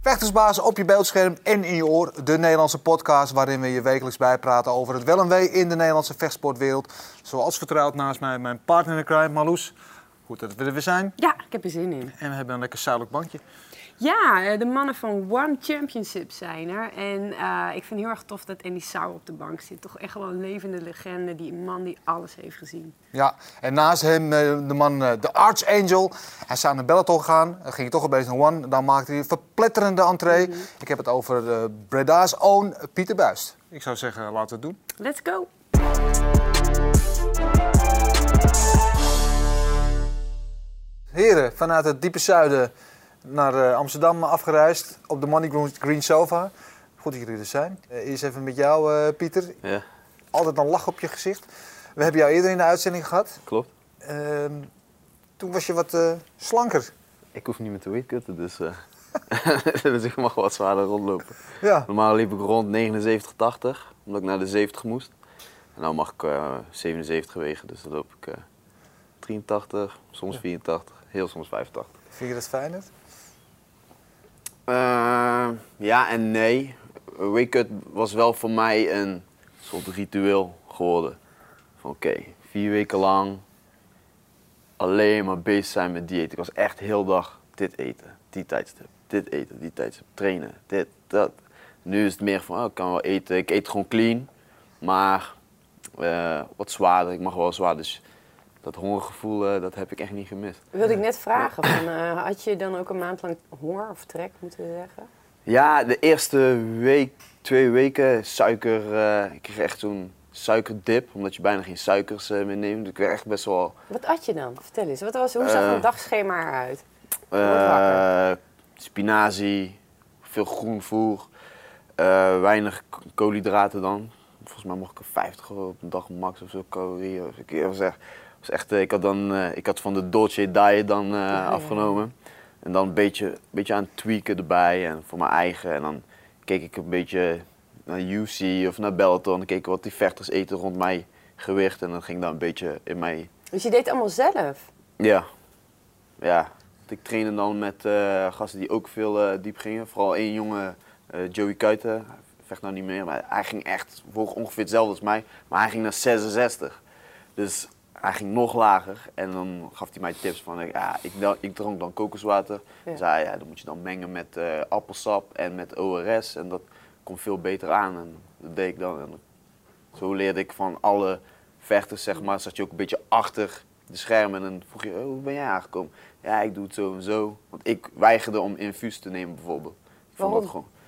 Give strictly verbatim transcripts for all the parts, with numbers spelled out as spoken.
Vechtersbaas op je beeldscherm en in je oor. De Nederlandse podcast waarin we je wekelijks bijpraten over het wel en wee in de Nederlandse vechtsportwereld. Zoals vertrouwd naast mij mijn partner in crime, Marloes. Goed dat we er weer zijn. Ja, ik heb er zin in. En we hebben een lekker zuidelijk bankje. Ja, de mannen van One Championship zijn er. En uh, ik vind heel erg tof dat Andy Souwer op de bank zit. Toch echt wel een levende legende. Die een man die alles heeft gezien. Ja, en naast hem de man, de Archangel. Hij is aan de Bellator gegaan. Dan ging hij toch opeens naar One. Dan maakte hij een verpletterende entree. Mm-hmm. Ik heb het over uh, Breda's own Pieter Buist. Ik zou zeggen, laten we het doen. Let's go! Heren, vanuit het diepe zuiden naar uh, Amsterdam afgereisd op de Money Green Sofa. Goed dat jullie er zijn. Uh, eerst even met jou, uh, Pieter. Ja. Altijd een lach op je gezicht. We hebben jou eerder in de uitzending gehad. Klopt. Uh, toen was je wat uh, slanker. Ik hoef niet meer te weightcutten, dus, uh, dus ik mag wat zwaarder rondlopen. Ja. Normaal liep ik rond negenenzeventig, tachtig, omdat ik naar de zeventig moest. En nu mag ik uh, zevenenzeventig wegen, dus dan loop ik uh, drieëntachtig, soms ja. vierentachtig, heel soms vijfentachtig. Vind je dat fijner? Uh, ja en nee. Weightcut was wel voor mij een soort ritueel geworden. Van oké, okay, vier weken lang alleen maar bezig zijn met dieet. Ik was echt heel dag dit eten, die tijdstip, dit eten, die tijdstip, trainen, dit, dat. Nu is het meer van, oh, ik kan wel eten, ik eet gewoon clean, maar uh, wat zwaarder, ik mag wel zwaar. Dus dat hongergevoel, uh, dat heb ik echt niet gemist. Wilde ik net vragen, van, uh, had je dan ook een maand lang honger of trek, moeten we zeggen? Ja, de eerste week, twee weken suiker, uh, ik kreeg echt zo'n suikerdip, omdat je bijna geen suikers uh, meer neemt. Dus ik werd echt best wel... Wat at je dan? Vertel eens, wat was, hoe zag uh, een dagschema eruit? Uh, spinazie, veel groenvoer, uh, weinig koolhydraten dan. Volgens mij mocht ik er vijftig op een dag max of zo calorieën. Ik was echt, was echt, ik had dan, uh, ik had van de Dolce Diet dan uh, ja, afgenomen. Ja. En dan een beetje, beetje aan het tweaken erbij en voor mijn eigen. En dan keek ik een beetje naar U C of naar Bellator en dan keek ik wat die vechters eten rond mijn gewicht. En dan ging dat een beetje in mij... Dus je deed het allemaal zelf? Ja. Ja. Ik trainde dan met uh, gasten die ook veel uh, diep gingen. Vooral één jongen, uh, Joey Kuiten. Hij vecht nou niet meer, maar hij ging echt woog ongeveer hetzelfde als mij. Maar hij ging naar zesenzestig. Dus hij ging nog lager en dan gaf hij mij tips van, ja, ik, ik dronk dan kokoswater. Ja. En zei, ja, dat moet je dan mengen met uh, appelsap en met O R S en dat komt veel beter aan. En dat deed ik dan. En zo leerde ik van alle vechters, zeg maar, zat je ook een beetje achter de schermen en dan vroeg je, oh, hoe ben jij aangekomen? Ja, ik doe het zo en zo. Want ik weigerde om infuus te nemen bijvoorbeeld. Ik vond dat gewoon...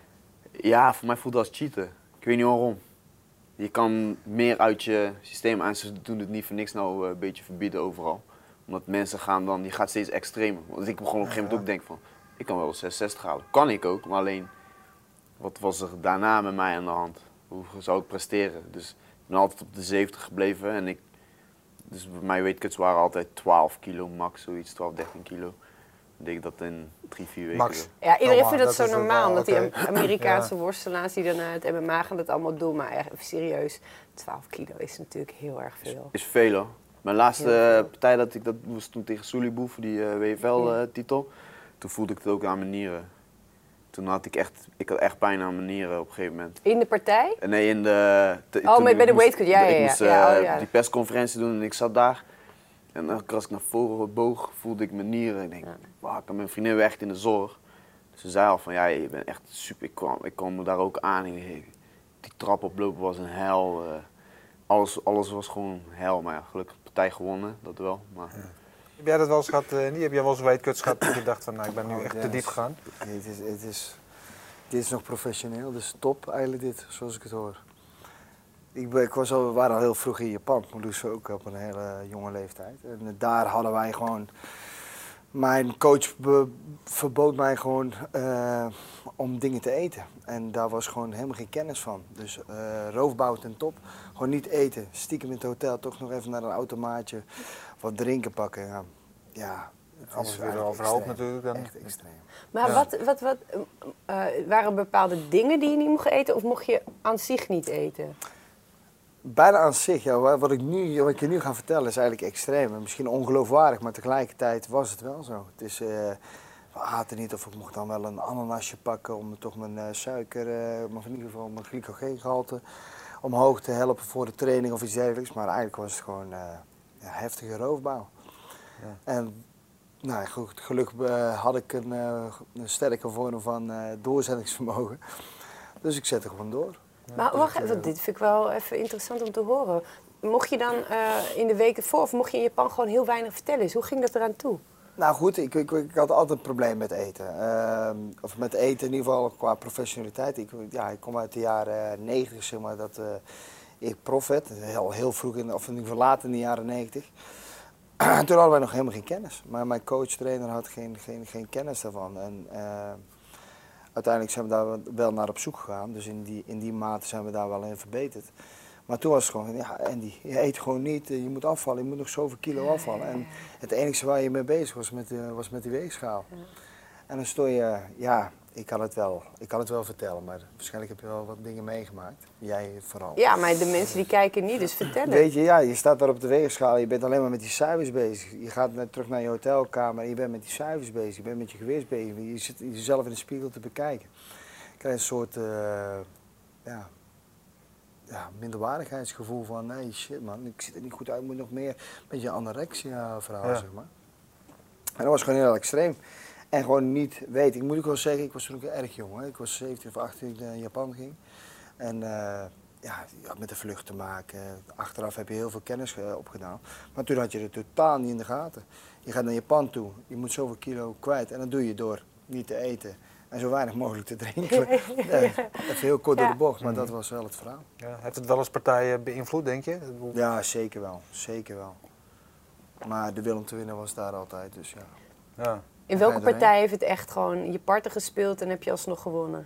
Ja, voor mij voelde dat als cheaten. Ik weet niet waarom. Je kan meer uit je systeem aan. Ze doen het niet voor niks nou een beetje verbieden overal. Omdat mensen gaan dan, die gaat steeds extremer. Want ik begon op een gegeven moment ook te denken van, ik kan wel zesenzestig halen. Kan ik ook, maar alleen, wat was er daarna met mij aan de hand? Hoe zou ik presteren? Dus ik ben altijd op de zeventig gebleven en ik, dus mijn weightcuts waren altijd twaalf kilo max, zoiets, twaalf, dertien kilo. Deed ik dat in drie, vier weken. Max. Ja, iedereen oh, vindt dat, dat zo normaal, omdat die okay. Amerikaanse ja. worstelaars die dan uh, het M M A gaan dat allemaal doen. Maar echt serieus, twaalf kilo is natuurlijk heel erg veel. Is, is veel hoor. Mijn laatste partij dat ik dat was toen tegen Suliboe voor die uh, W F L-titel. Uh, toen voelde ik het ook aan mijn nieren. Toen had ik echt, ik had echt pijn aan mijn nieren op een gegeven moment. In de partij? Nee, in de... Te, oh, met, bij de weightcut, ja, ja, ja. Ik moest uh, ja, oh, ja. die persconferentie doen en ik zat daar. En als ik naar voren boog, voelde ik mijn nieren. Ik denk, ja. Wow, ik had mijn vriendin werkt in de zorg. Dus ze zei al van, ja, je bent echt super. Ik kwam, ik kwam daar ook aan. En die trap oplopen was een hel. Uh, alles, alles was gewoon hel. Maar ja, gelukkig de partij gewonnen, dat wel. Maar... Ja. Heb jij dat wel eens gehad, uh, niet? Heb jij wel eens weightcuts gehad dat je dacht van, nou, ik ben nu oh, echt yes. te diep gegaan? Het is, het is, dit is nog professioneel, dus top eigenlijk dit, zoals ik het hoor. Ik, ik was al, we waren al heel vroeg in Japan, Marloes ook op een hele jonge leeftijd. En daar hadden wij gewoon, mijn coach be, verbood mij gewoon uh, om dingen te eten. En daar was gewoon helemaal geen kennis van. Dus uh, roofbouw ten top, gewoon niet eten. Stiekem in het hotel, toch nog even naar een automaatje, wat drinken pakken. Ja, ja alles weer overhoop natuurlijk. Dan. Echt extreem. Maar ja. wat, wat, wat uh, waren er bepaalde dingen die je niet mocht eten of mocht je aan zich niet eten? Bijna aan zich, ja. Wat ik, nu, wat ik je nu ga vertellen is eigenlijk extreem. Misschien ongeloofwaardig, maar tegelijkertijd was het wel zo. Het is, uh, we aten niet of ik mocht dan wel een ananasje pakken om toch mijn uh, suiker, uh, maar in ieder geval mijn glycogeengehalte omhoog te helpen voor de training of iets dergelijks. Maar eigenlijk was het gewoon uh, ja, heftige roofbouw. Ja. En nou, goed, gelukkig uh, had ik een, uh, een sterke vorm van uh, doorzettingsvermogen. Dus ik zette gewoon door. Ja, maar wacht even, dit vind ik wel even interessant om te horen. Mocht je dan uh, in de weken voor, of mocht je in Japan gewoon heel weinig vertellen? Dus hoe ging dat eraan toe? Nou goed, ik, ik, ik had altijd een probleem met eten. Uh, of met eten in ieder geval qua professionaliteit. Ik, ja, ik kom uit de jaren negentig, zeg maar, dat uh, ik prof werd. Heel, heel vroeg, in, of in ieder geval laat in de jaren negentig. Toen hadden wij nog helemaal geen kennis. Maar mijn coach-trainer had geen, geen, geen kennis daarvan. En, uh, uiteindelijk zijn we daar wel naar op zoek gegaan. Dus in die, in die mate zijn we daar wel in verbeterd. Maar toen was het gewoon, ja Andy, je eet gewoon niet, je moet afvallen, je moet nog zoveel kilo afvallen. En het enige waar je mee bezig was met, uh, was met die weegschaal. Ja. En dan stond je, ja, ik kan, het wel, ik kan het wel vertellen, maar waarschijnlijk heb je wel wat dingen meegemaakt. Jij vooral. Ja, maar de mensen die kijken niet, dus vertellen. Weet je, ja, je staat daar op de weegschaal, je bent alleen maar met die cijfers bezig. Je gaat naar, terug naar je hotelkamer en je bent met die cijfers bezig, je bent met je gewicht bezig. Je zit jezelf in de spiegel te bekijken. Je krijgt een soort, uh, ja... Ja, minderwaardigheidsgevoel van, nee shit man, ik zit er niet goed uit, ik moet nog meer, een beetje een anorexia verhaal, ja. zeg maar. En dat was gewoon heel extreem. En gewoon niet weten, ik moet ook wel zeggen, ik was toen ook erg jong, hè. Ik was zeventien of achttien toen ik naar Japan ging. En uh, ja, je had met de vlucht te maken, achteraf heb je heel veel kennis uh, opgedaan. Maar toen had je het totaal niet in de gaten. Je gaat naar Japan toe, je moet zoveel kilo kwijt en dat doe je door niet te eten. En zo weinig mogelijk te drinken. Nee, even heel kort ja. door de bocht, maar dat was wel het verhaal. Ja, heeft het wel eens partijen beïnvloed, denk je? Ja, zeker wel. Zeker wel. Maar de wil om te winnen was daar altijd, dus ja. ja. In welke partij heeft het echt gewoon je parten gespeeld en heb je alsnog gewonnen?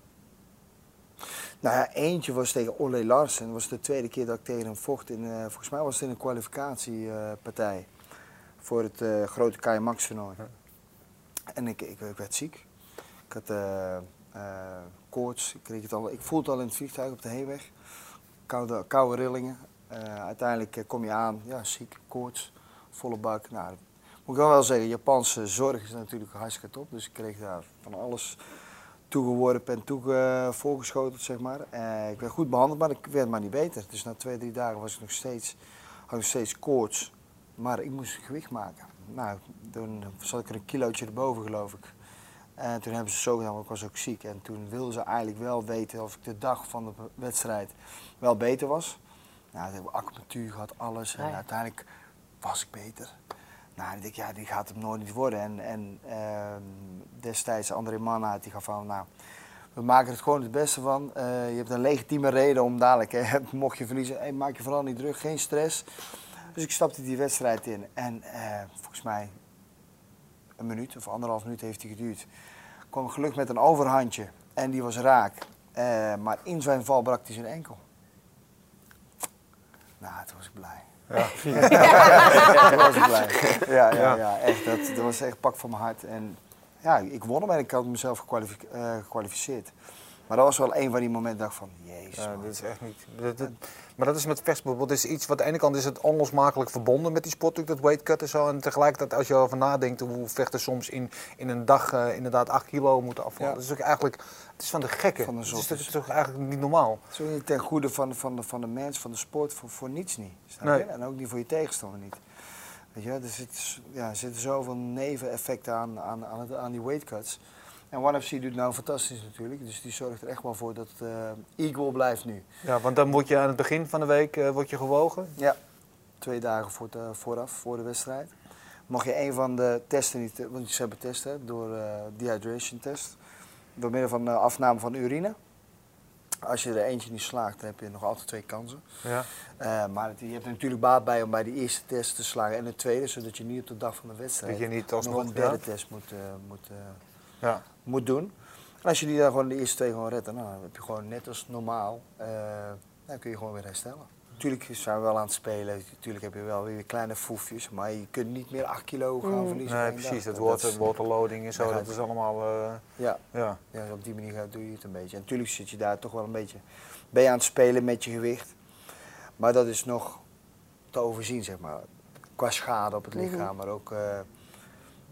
Nou ja, eentje was tegen Ole Larsen. Dat was de tweede keer dat ik tegen hem vocht. In, uh, volgens mij was het in een kwalificatiepartij. Uh, voor het uh, grote K M Max toernooi. Ja. En ik, ik, ik werd ziek. Ik had uh, uh, koorts, ik, kreeg het al, ik voelde het al in het vliegtuig op de heenweg. Koude, koude rillingen. Uh, uiteindelijk uh, kom je aan, ja, ziek, koorts, volle bak. Nou, moet ik wel zeggen, Japanse zorg is natuurlijk hartstikke top. Dus ik kreeg daar van alles toegeworpen en toe, uh, voorgeschoteld, zeg maar. Uh, ik werd goed behandeld, maar ik werd maar niet beter. Dus na twee, drie dagen was ik nog steeds, had ik nog steeds koorts. Maar ik moest gewicht maken. Nou, toen zat ik er een kilootje erboven, geloof ik. En toen hebben ze zo gedaan, want ik was ook ziek. En toen wilden ze eigenlijk wel weten of ik de dag van de wedstrijd wel beter was. Nou, toen hebben we acupunctuur gehad, alles. En ja. uiteindelijk was ik beter. Nou, ik dacht, ja, die gaat hem nooit niet worden. En, en uh, destijds André Mannaert, die gaf van, nou, we maken het gewoon het beste van. Uh, je hebt een legitieme reden om dadelijk, hè, mocht je verliezen, hey, maak je vooral niet druk, geen stress. Dus ik stapte die wedstrijd in. En uh, volgens mij een minuut of anderhalf minuut heeft hij geduurd. Ik kwam gelukkig met een overhandje en die was raak. Uh, maar in zijn val brak hij zijn enkel. Nou, toen was ik blij. Ja, ja. Toen was ik blij. Ja, ja, ja echt. Dat, dat was echt pak van mijn hart. En ja, ik won hem en ik had mezelf gekwalific uh, gekwalificeerd. Maar dat was wel een van die momenten dat ik van, jezus ja, dit is echt niet... Dat, dat, maar dat is met vechten bijvoorbeeld, is iets wat aan de ene kant is het onlosmakelijk verbonden met die sport, natuurlijk, dat weightcut en zo. En tegelijkertijd als je erover nadenkt hoe vechten soms in, in een dag uh, inderdaad acht kilo moeten afvallen. Ja. Dat is ook eigenlijk, het is van de gekken. Van de het is, dat is toch eigenlijk niet normaal. Het is ook niet ten goede van, van, de, van de mens, van de sport, voor, voor niets niet. Nee. En ook niet voor je tegenstander niet. Weet je, er zitten ja, zit zoveel neveneffecten aan, aan, aan, het, aan die weightcuts. En ONE F C doet nou fantastisch natuurlijk, dus die zorgt er echt wel voor dat het uh, equal blijft nu. Ja, want dan word je aan het begin van de week uh, word je gewogen? Ja, twee dagen voor de, vooraf, voor de wedstrijd. Mag je een van de testen niet, want ze hebben testen door uh, dehydration test, door middel van uh, afname van urine. Als je er eentje niet slaagt, dan heb je nog altijd twee kansen. Ja. Uh, maar het, je hebt er natuurlijk baat bij om bij de eerste test te slagen en de tweede, zodat je niet op de dag van de wedstrijd dat je niet nog een derde ja. test moet, uh, moet, uh, ja. moet doen. En als je die dan gewoon de eerste twee gewoon redt, nou, dan heb je gewoon net als normaal, uh, dan kun je gewoon weer herstellen. Natuurlijk zijn we wel aan het spelen, natuurlijk heb je wel weer kleine foefjes, maar je kunt niet meer acht kilo gaan mm. verliezen. Nee, precies, dat water, waterloading en zo, dat is allemaal... Uh, ja. Ja. ja, op die manier doe je het een beetje. En natuurlijk zit je daar toch wel een beetje, ben je aan het spelen met je gewicht, maar dat is nog te overzien, zeg maar, qua schade op het lichaam, mm-hmm. maar ook... Uh,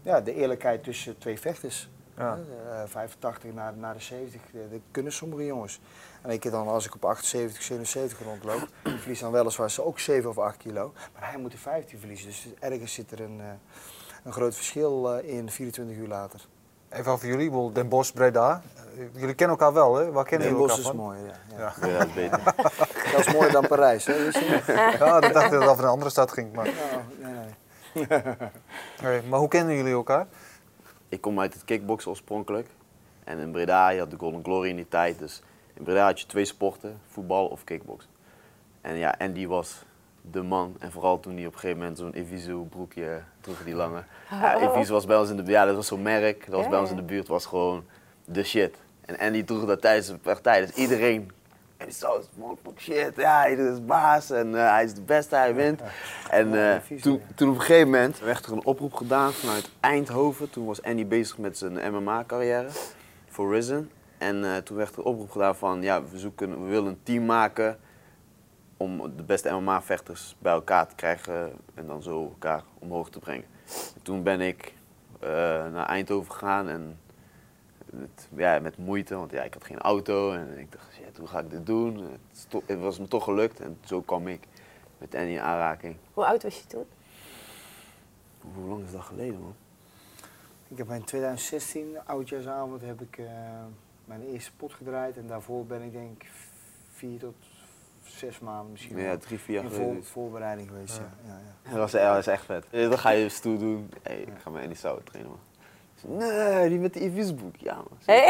ja, de eerlijkheid tussen twee vechters. Ja. Uh, vijfentachtig naar, naar de zeventig, dat kunnen sommige jongens. En ik dan, als ik op achtenzeventig, zevenenzeventig rondloop, verlies dan weliswaar ze ook zeven of acht kilo. Maar hij moet er vijftien verliezen. Dus ergens zit er een, uh, een groot verschil uh, in vierentwintig uur later. Even over jullie, bijvoorbeeld Den Bosch, Breda. Uh, jullie kennen elkaar wel, hè? Waar kennen Den jullie Bosch elkaar is van? mooi, ja. ja. Ja. Ja, dat is beter. Dat is mooier dan Parijs, hè? Wist je? Ja, dat dacht ik dat het over een andere stad ging. Maar, Nou, nee, nee. okay, maar hoe kennen jullie elkaar? Ik kom uit het kickboksen oorspronkelijk. En in Breda, je had de Golden Glory in die tijd. Dus in Breda had je twee sporten, voetbal of kickboksen. En ja, Andy was de man. En vooral toen hij op een gegeven moment zo'n Evisu broekje droeg, die lange. Ja, Evisu was bij ons in de buurt, ja, dat was zo'n merk. Dat was Ja, bij ons ja. in de buurt, was gewoon de shit. En Andy droeg dat tijdens de partij. Dus iedereen, en zo, shit, ja, hij is baas en uh, hij is de beste, hij wint. En uh, toen, toen op een gegeven moment werd er een oproep gedaan vanuit Eindhoven. Toen was Andy bezig met zijn M M A-carrière voor Risen. En uh, toen werd er een oproep gedaan van, ja, we, zoeken, we willen een team maken om de beste M M A-vechters bij elkaar te krijgen en dan zo elkaar omhoog te brengen. En toen ben ik uh, naar Eindhoven gegaan en met, ja, met moeite, want ja, ik had geen auto en ik dacht, shit, hoe ga ik dit doen? Het, to- het was me toch gelukt en zo kwam ik met Annie in aanraking. Hoe oud was je toen? Hoe lang is dat geleden, man? Ik heb in twintig zestien, oudjaarsavond, heb ik uh, mijn eerste pot gedraaid. En daarvoor ben ik denk ik vier tot zes maanden misschien Ja, wel drie, vier jaar in geleden. vol, voorbereiding geweest. Ja. Ja, ja. Dat was, ja, dat was echt vet. Eh, Dan ga je stoer doen. Hey, ik ga met Annie Sauer trainen, man. Nee, die met die Evisu-boek. Ja, man. Hey.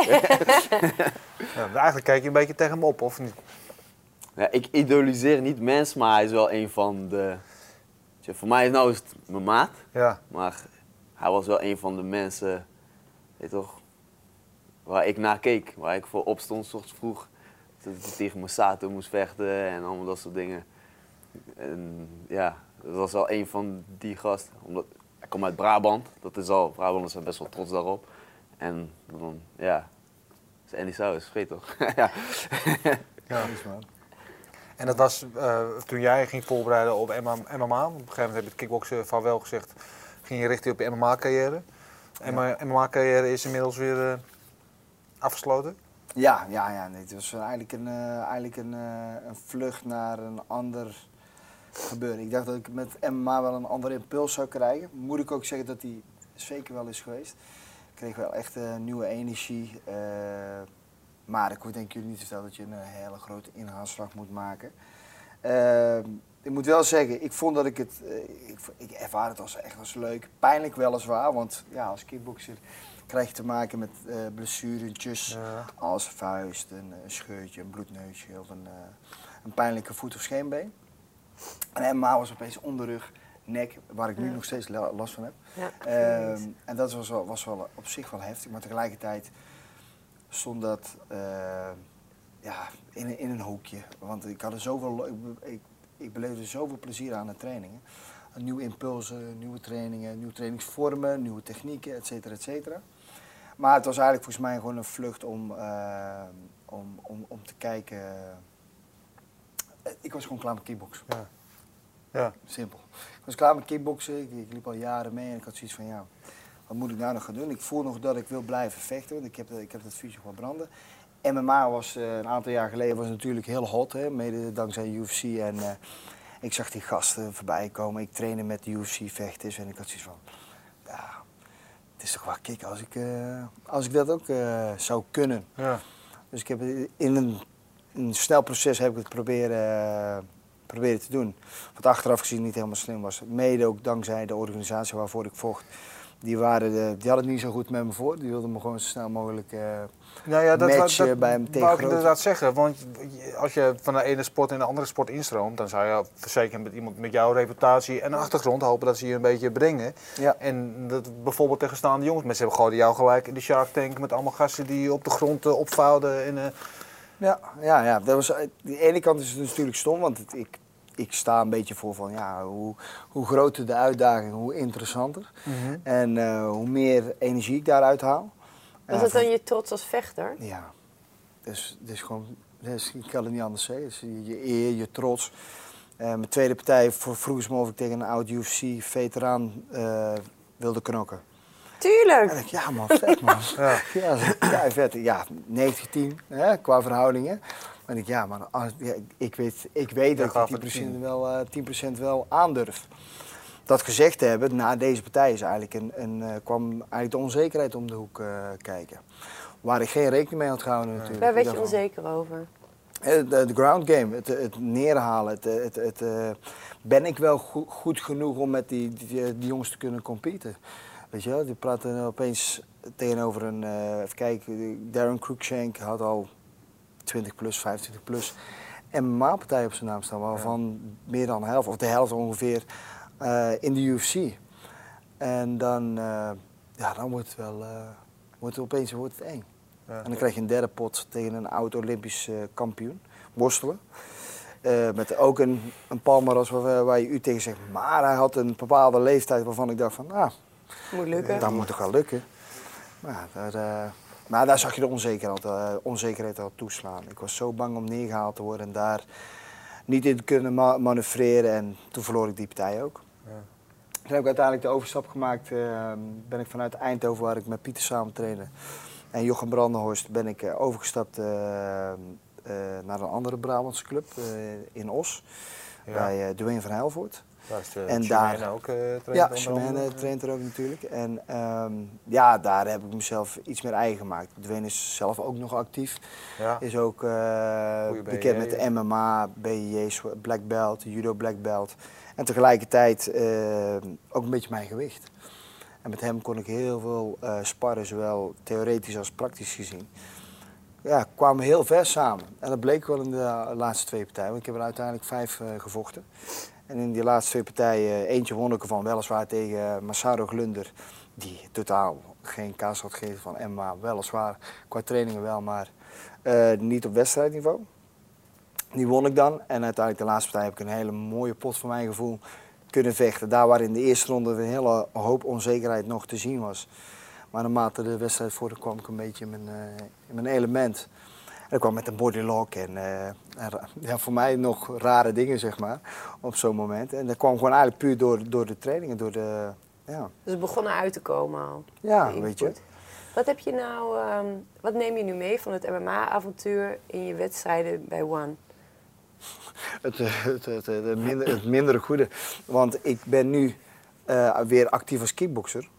Ja, eigenlijk kijk je een beetje tegen hem op, of niet? Ja, ik idoliseer niet mensen, maar hij is wel een van de... Tja, voor mij nou is het mijn maat, Ja. maar hij was wel een van de mensen, weet je toch, waar ik naar keek. Waar ik voor opstond, 's ochtends vroeg, dat ik tegen Masato moest vechten en allemaal dat soort dingen. En ja, dat was wel een van die gasten. Omdat, hij komt uit Brabant, dat is al, Brabanders zijn best wel trots daarop. En dan, ja, dat is Andy Sauer, vergeet toch? Ja. Ja. Nice, man. En dat was uh, toen jij ging voorbereiden op M M A. Op een gegeven moment heb je het kickboksen vaarwel gezegd. Ging je richten op je M M A-carrière. En mijn M M A-carrière is inmiddels weer uh, afgesloten. Ja, ja, ja nee, het was eigenlijk een, uh, eigenlijk een, uh, een vlucht naar een ander gebeuren. Ik dacht dat ik met M M A wel een andere impuls zou krijgen. Moet ik ook zeggen dat die zeker wel is geweest. Ik kreeg wel echt uh, nieuwe energie. Uh, maar ik denk jullie niet te vertellen dat je een hele grote inhaalslag moet maken. Uh, ik moet wel zeggen, ik vond dat ik het, uh, ik, ik ervaar het als echt als leuk. Pijnlijk weliswaar, want ja, als kickbokser krijg je te maken met uh, blessuretjes Ja. als vuist, een, een scheurtje, een bloedneusje of een, uh, een pijnlijke voet of scheenbeen. En M M A was opeens onderrug, nek, waar ik nu Ja. nog steeds la- last van heb. Ja, Uh, en dat was wel, was wel op zich wel heftig, maar tegelijkertijd stond dat uh, ja, in, een- in een hoekje. Want ik had er zoveel, ik, ik, ik beleefde zoveel plezier aan de trainingen. Nieuwe impulsen, nieuwe trainingen, nieuwe trainingsvormen, nieuwe technieken, et cetera, et cetera. Maar het was eigenlijk volgens mij gewoon een vlucht om, uh, om, om, om te kijken. Uh, ik was gewoon klaar met kickboksen. Ja. Ja. Simpel. Ik was klaar met kickboksen, ik, ik liep al jaren mee en ik had zoiets van ja, wat moet ik nou nog gaan doen? Ik voel nog dat ik wil blijven vechten, want ik heb, ik heb dat vuurtje wel branden. M M A was uh, een aantal jaar geleden was natuurlijk heel hot, hè, mede dankzij U F C. En uh, ik zag die gasten voorbij komen. Ik trainde met de U F C-vechters en ik had zoiets van, ja, het is toch wel kick als ik, uh, als ik dat ook uh, zou kunnen. Ja. Dus ik heb in een, een snel proces heb ik het proberen, uh, proberen te doen. Wat achteraf gezien niet helemaal slim was. Mede ook dankzij de organisatie waarvoor ik vocht. Die, waren de, die hadden het niet zo goed met me voor. Die wilden me gewoon zo snel mogelijk uh, Nou ja, dat, matchen dat, bij hem dat tegen wou ik grote. inderdaad zeggen. Want als je van de ene sport in de andere sport instroomt, dan zou je verzekerd met iemand met jouw reputatie en achtergrond hopen dat ze je een beetje brengen. Ja. En dat bijvoorbeeld tegenstaande jongens, mensen hebben gewoon jou gelijk in de Shark Tank met allemaal gasten die je op de grond uh, opvouwden. En, uh, Ja, ja, ja. Dat was, de ene kant is het natuurlijk stom, want het, ik, ik sta een beetje voor van ja, hoe, hoe groter de uitdaging, hoe interessanter. mm-hmm. En uh, hoe meer energie ik daaruit haal. Was Uh, dat van- dan je trots als vechter? Ja, dus, dus gewoon, dus, ik kan het niet anders zeggen. Dus je, je eer, je trots. Uh, mijn tweede partij vro- vroeg ze me of ik tegen een oud U F C-veteraan uh, wilde knokken. Tuurlijk. En ik, ja man, vet man. Ja. Ja, ja, vet. Ja, negentig tien hè, qua verhoudingen. Maar ik, ja, man, als, ja, ik weet, ik weet Ja, dat ga ik voor die de tien procent tien. wel, uh, tien procent wel aandurf. Dat gezegd te hebben, na deze partij is eigenlijk een, een, uh, kwam eigenlijk de onzekerheid om de hoek uh, kijken. Waar ik geen rekening mee had gehouden natuurlijk. Waar werd Ik je dacht van, onzeker over? De, de ground game, het, het neerhalen. Het, het, het, uh, ben ik wel go goed genoeg om met die, die, die jongens te kunnen competen? Weet je wel, die praten opeens tegenover een, uh, even kijken, Darren Cruikshank had al twintig plus, vijfentwintig plus M M A-partij op zijn naam staan, waarvan ja. meer dan de helft, of de helft ongeveer, uh, in de U F C. En dan, uh, ja, dan wordt het wel, uh, wordt het opeens wordt het eng. Ja. En dan krijg je een derde pot tegen een oud-Olympisch uh, kampioen, worstelen. Uh, met ook een, een palmaras waar, waar je u tegen zegt, maar hij had een bepaalde leeftijd waarvan ik dacht van, ah, moet lukken. Dat moet toch wel lukken. Maar daar, uh, maar daar zag je de onzekerheid, uh, onzekerheid al toeslaan. Ik was zo bang om neergehaald te worden en daar niet in te kunnen ma manoeuvreren en toen verloor ik die partij ook. Ja. Toen heb ik uiteindelijk de overstap gemaakt, uh, ben ik vanuit Eindhoven waar ik met Pieter samen trainde en Jochem Brandenhorst ben ik uh, overgestapt uh, uh, naar een andere Brabantse club uh, in Os, ja. bij uh, Dwayne van Helvoort. Daar is de en daar ook uh, traint. Ja, Chimène traint er ook natuurlijk. En um, ja, daar heb ik mezelf iets meer eigen gemaakt. Dwayne is zelf ook nog actief. Ja. Is ook uh, bekend met de M M A, B J J's, black belt, judo black belt. En tegelijkertijd uh, ook een beetje mijn gewicht. En met hem kon ik heel veel uh, sparren, zowel theoretisch als praktisch gezien. Ja, kwamen heel ver samen. En dat bleek wel in de laatste twee partijen. Want ik heb er uiteindelijk vijf uh, gevochten. En in die laatste twee partijen, eentje won ik ervan, weliswaar tegen Massaro Glunder, die totaal geen kaas had gegeven van M M A, weliswaar, qua trainingen wel, maar uh, niet op wedstrijdniveau. Die won ik dan en uiteindelijk de laatste partij heb ik een hele mooie pot voor mijn gevoel kunnen vechten. Daar waar in de eerste ronde een hele hoop onzekerheid nog te zien was. Maar naarmate de wedstrijd voordat kwam ik een beetje in mijn, uh, in mijn element. En ik kwam met een bodylock en, uh, en ja, voor mij nog rare dingen, zeg maar, op zo'n moment. En dat kwam gewoon eigenlijk puur door, door de trainingen, door de, ja. Dus het begon eruit te komen al? Ja, weet je. Wat heb je nou, um, wat neem je nu mee van het M M A-avontuur in je wedstrijden bij One? Het, het, het, het, minder, het mindere goede, want ik ben nu uh, weer actief als kickbokser.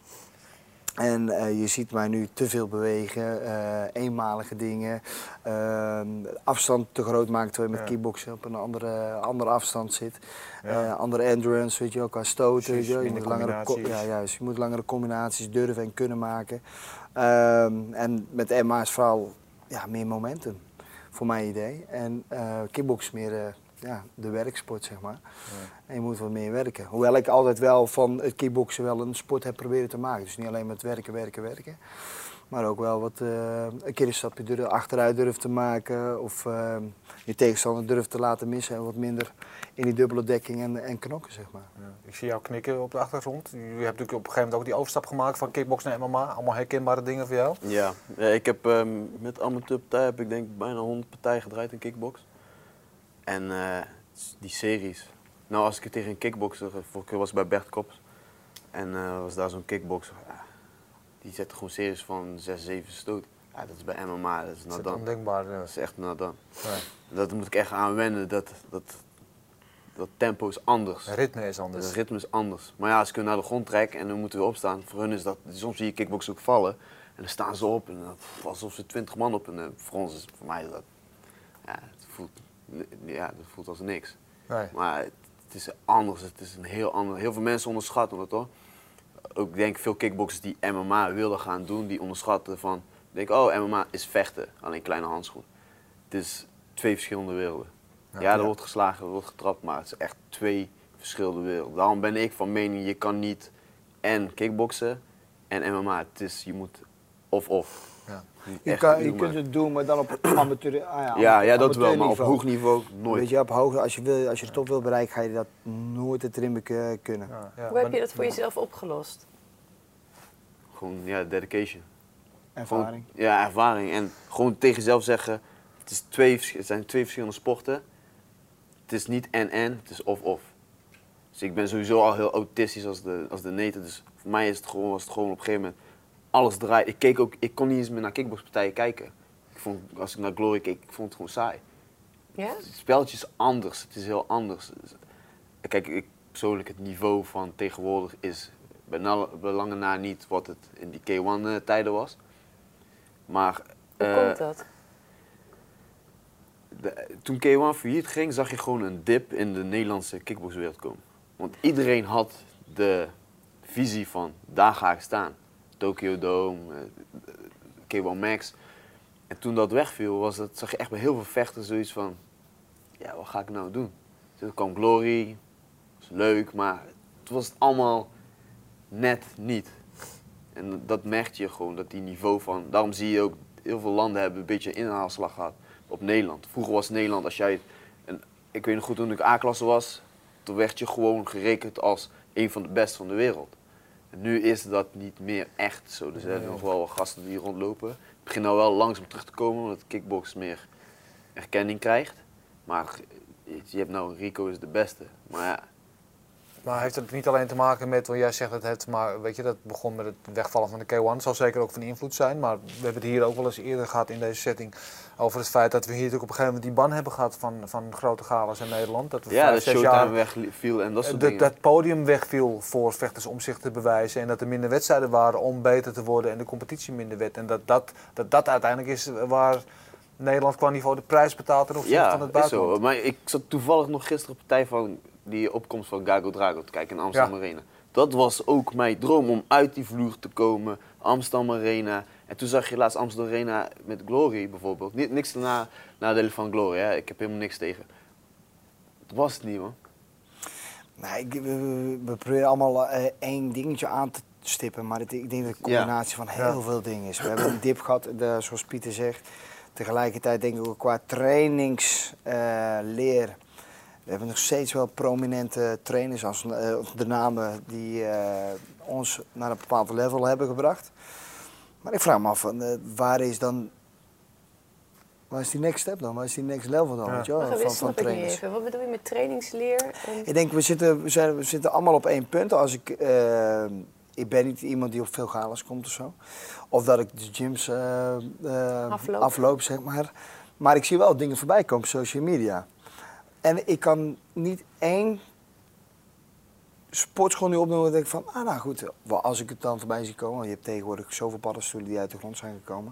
En uh, je ziet mij nu te veel bewegen, uh, eenmalige dingen, uh, afstand te groot maken terwijl je met ja. kickboksen op een andere, andere afstand zit. Ja. Uh, andere endurance, weet je ook, qua stoten. Weet je, je, moet langere, ja, juist, je moet langere combinaties durven en kunnen maken. Uh, en met M M A is vooral ja, meer momentum, voor mijn idee. En uh, kickboksen meer uh, ja, de werksport, zeg maar. Ja. En je moet wat meer werken. Hoewel ik altijd wel van het kickboksen wel een sport heb proberen te maken. Dus niet alleen met werken, werken, werken. Maar ook wel wat, uh, een keer een stapje durf, achteruit durven te maken. Of uh, je tegenstander durft te laten missen. En wat minder in die dubbele dekking en, en knokken, zeg maar. Ja. Ik zie jou knikken op de achtergrond. Je hebt natuurlijk op een gegeven moment ook die overstap gemaakt van kickboksen naar M M A. Allemaal herkenbare dingen voor jou? Ja, ja ik heb um, met amateurpartijen heb ik denk ik bijna honderd partijen gedraaid in kickbox. En uh, die series. Nou, als ik het tegen een kickboxer, vorige keer was ik bij Bert Kops. En uh, was daar zo'n kickboxer. Ja, die zette gewoon series van zes, zeven stoot. Ja, dat is bij M M A, dat is nadan. Dat is ondenkbaar. Ja. Dat is echt nadan. Ja. Dat moet ik echt aan wennen, dat, dat, dat tempo is anders. Het ritme is anders. Het ritme is anders. Maar ja, als ik hun naar de grond trek en dan moeten we opstaan, voor hun is dat, soms zie je kickboxers ook vallen. En dan staan ze op en dan, alsof ze twintig man op. En voor ons is, voor mij is dat, ja, het voelt, ja, dat voelt als niks. Nee. Maar het, het is anders, het is een heel ander. Heel veel mensen onderschatten dat hoor. Ook denk ik veel kickboxers die M M A wilden gaan doen, die onderschatten van, denk oh M M A is vechten, alleen kleine handschoen. Het is twee verschillende werelden. Ja, ja er ja. wordt geslagen, er wordt getrapt, maar het is echt twee verschillende werelden. Daarom ben ik van mening, je kan niet en kickboksen en M M A. Het is, je moet of-of. Ja. Je, kan, je kunt het doen, maar dan op amateur, ah ja, ja, ja, dat wel, maar op hoog niveau nooit. Weet je, op hoog, als je wil, als je de top wil bereiken, ga je dat nooit het rimmen kunnen. Ja, ja. Hoe heb je dat voor jezelf opgelost? Gewoon, ja, dedication. Ervaring. Gewoon, ja, ervaring. En gewoon tegen jezelf zeggen, het, is twee, het zijn twee verschillende sporten. Het is niet en-en, het is of-of. Dus ik ben sowieso al heel autistisch als de, als de neten. Dus voor mij is het gewoon, was het gewoon op een gegeven moment, alles draait. Ik, keek ook, ik kon niet eens meer naar kickboxpartijen kijken. Ik vond, als ik naar Glory keek, ik vond het gewoon saai. Ja? Het spelletje is anders, het is heel anders. Kijk, ik, persoonlijk het niveau van tegenwoordig is bij lange na niet wat het in die K één tijden was. Maar Hoe uh, komt dat? De, toen K één failliet ging, zag je gewoon een dip in de Nederlandse kickboxwereld komen. Want iedereen had de visie van, daar ga ik staan. Tokyo Dome, uh, K één Max. En toen dat wegviel, was het, zag je echt bij heel veel vechters zoiets van, ja, wat ga ik nou doen? Toen kwam Glory, was leuk, maar het was allemaal net niet. En dat merkte je gewoon, dat die niveau van, daarom zie je ook, heel veel landen hebben een beetje een inhaalslag gehad op Nederland. Vroeger was Nederland, als jij, en ik weet nog goed toen ik A-klasse was, toen werd je gewoon gerekend als een van de beste van de wereld. En nu is dat niet meer echt zo. Er zijn nog wel wat gasten die rondlopen. Het begint nou wel langzaam terug te komen, omdat kickbox meer erkenning krijgt. Maar je hebt nou, Rico is de beste. Maar ja. Maar heeft het niet alleen te maken met, want jij zegt het, het maar weet je, dat begon met het wegvallen van de K één. Dat zal zeker ook van invloed zijn, maar we hebben het hier ook wel eens eerder gehad in deze setting over het feit dat we hier natuurlijk op een gegeven moment die ban hebben gehad van, van grote galas in Nederland. Dat we Ja, vijf, de zes Showtime jaar wegviel en dat soort dat, dingen. dat podium wegviel voor vechters om zich te bewijzen en dat er minder wedstrijden waren om beter te worden en de competitie minder werd. En dat dat, dat, dat uiteindelijk is waar Nederland qua niveau de prijs betaalt ten opzichte Ja, van het is buitenland. zo. Maar ik zat toevallig nog gisteren op een partij van die opkomst van Gago Drago te kijken in Amsterdam Ja. Arena. Dat was ook mijn droom om uit die vloer te komen, Amsterdam Arena. En toen zag je laatst Amsterdam Arena met Glory bijvoorbeeld. Niet, niks na, nadelen van Glory, hè. Ik heb helemaal niks tegen. Dat was het niet, man. Nee, ik, we, we, we proberen allemaal uh, één dingetje aan te stippen, maar het, ik denk dat het een combinatie ja. van heel ja. veel dingen is. We hebben een dip gehad, de, zoals Pieter zegt. Tegelijkertijd denk ik ook qua trainingsleer. Uh, we hebben nog steeds wel prominente trainers als uh, de namen die uh, ons naar een bepaald level hebben gebracht. Maar ik vraag me af, uh, waar is dan, waar is die next step dan? Waar is die next level dan? Ja. Weet je wel, van, van, van trainers. Even. Wat bedoel je met trainingsleer? En... Ik denk, we zitten, we, zijn, we zitten allemaal op één punt. Als ik, uh, ik ben niet iemand die op veel galas komt of zo. Of dat ik de gyms uh, uh, afloop. afloop, zeg maar. Maar ik zie wel dingen voorbij komen op social media. En ik kan niet één sportschool nu opnoemen en denk van, ah nou goed, als ik het dan voorbij zie komen, want je hebt tegenwoordig zoveel paddenstoelen die uit de grond zijn gekomen.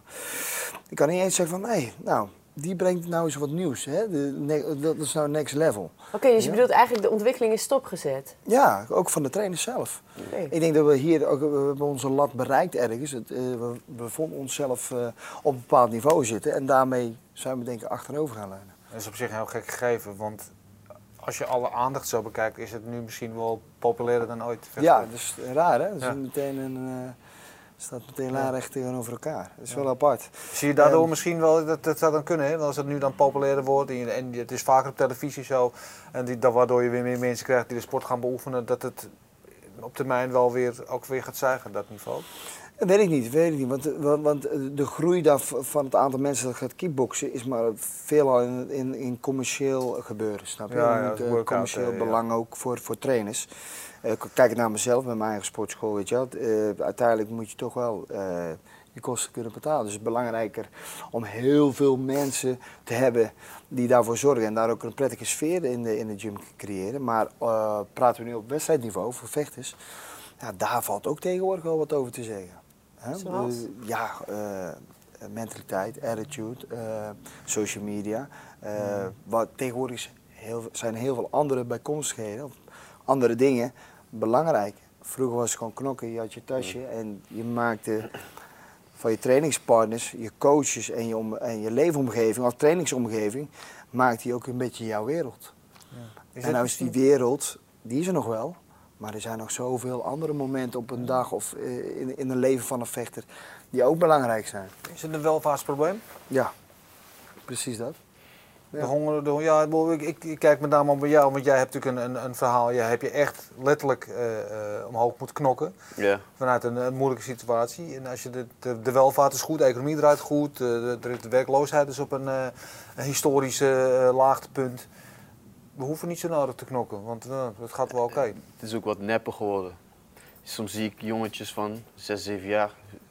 Ik kan niet eens zeggen van, hé, hey, nou, die brengt nou eens wat nieuws, hè? De, dat is nou next level. Oké, okay, dus je ja? bedoelt eigenlijk de ontwikkeling is stopgezet? Ja, ook van de trainers zelf. Okay. Ik denk dat we hier ook, we hebben onze lat bereikt ergens. Het, uh, we, we vonden onszelf uh, op een bepaald niveau zitten en daarmee zijn we denk ik achterover gaan leunen. Dat is op zich een heel gek gegeven, want als je alle aandacht zo bekijkt, is het nu misschien wel populairder dan ooit. Ja, dat is raar hè? Dat is ja. meteen een, uh, staat meteen laarrecht tegenover elkaar. Dat is ja. wel apart. Zie je daardoor um, misschien wel, dat, dat zou dan kunnen, hè? Want als het nu dan populairder wordt en, je, en het is vaker op televisie zo, en die, dat, waardoor je weer meer mensen krijgt die de sport gaan beoefenen, dat het op termijn wel weer, ook weer gaat stijgen, dat niveau? Dat weet ik niet, weet ik niet. Want, want, want de groei daar van het aantal mensen dat gaat kickboksen is maar veelal in, in, in commercieel gebeuren, snap je? Ja, ja, moet, uh, commercieel uh, belang ja. ook voor, voor trainers. Uh, kijk naar mezelf, met mijn eigen sportschool, weet je wel. Uh, uiteindelijk moet je toch wel uh, je kosten kunnen betalen. Dus het is belangrijker om heel veel mensen te hebben die daarvoor zorgen en daar ook een prettige sfeer in de, in de gym creëren. Maar uh, praten we nu op wedstrijdniveau voor vechters, ja, daar valt ook tegenwoordig wel wat over te zeggen. Zoals? Uh, ja, uh, mentaliteit, attitude, uh, social media. Uh, mm. Wat tegenwoordig is heel, zijn heel veel andere bijkomstigheden, of andere dingen belangrijk. Vroeger was het gewoon knokken, je had je tasje mm. en je maakte van je trainingspartners, je coaches en je, om, en je leefomgeving, als trainingsomgeving, maakte je ook een beetje jouw wereld. Ja. En nou is die wereld, die is er nog wel. Maar er zijn nog zoveel andere momenten op een dag of in, in een leven van een vechter die ook belangrijk zijn. Is het een welvaartsprobleem? Ja, precies dat. Ja. De honger, de, ja, ik, ik, ik kijk met name op bij jou, want jij hebt natuurlijk een, een, een verhaal. Jij hebt je echt letterlijk uh, uh, omhoog moeten knokken. Ja. Vanuit een, een moeilijke situatie. En als je de, de, de welvaart is goed, de economie draait goed, de, de, de werkloosheid is op een, uh, een historisch uh, laagtepunt. We hoeven niet zo nodig te knokken, want uh, het gaat wel oké. Okay. Het is ook wat nepper geworden. Soms zie ik jongetjes van zes, zeven jaar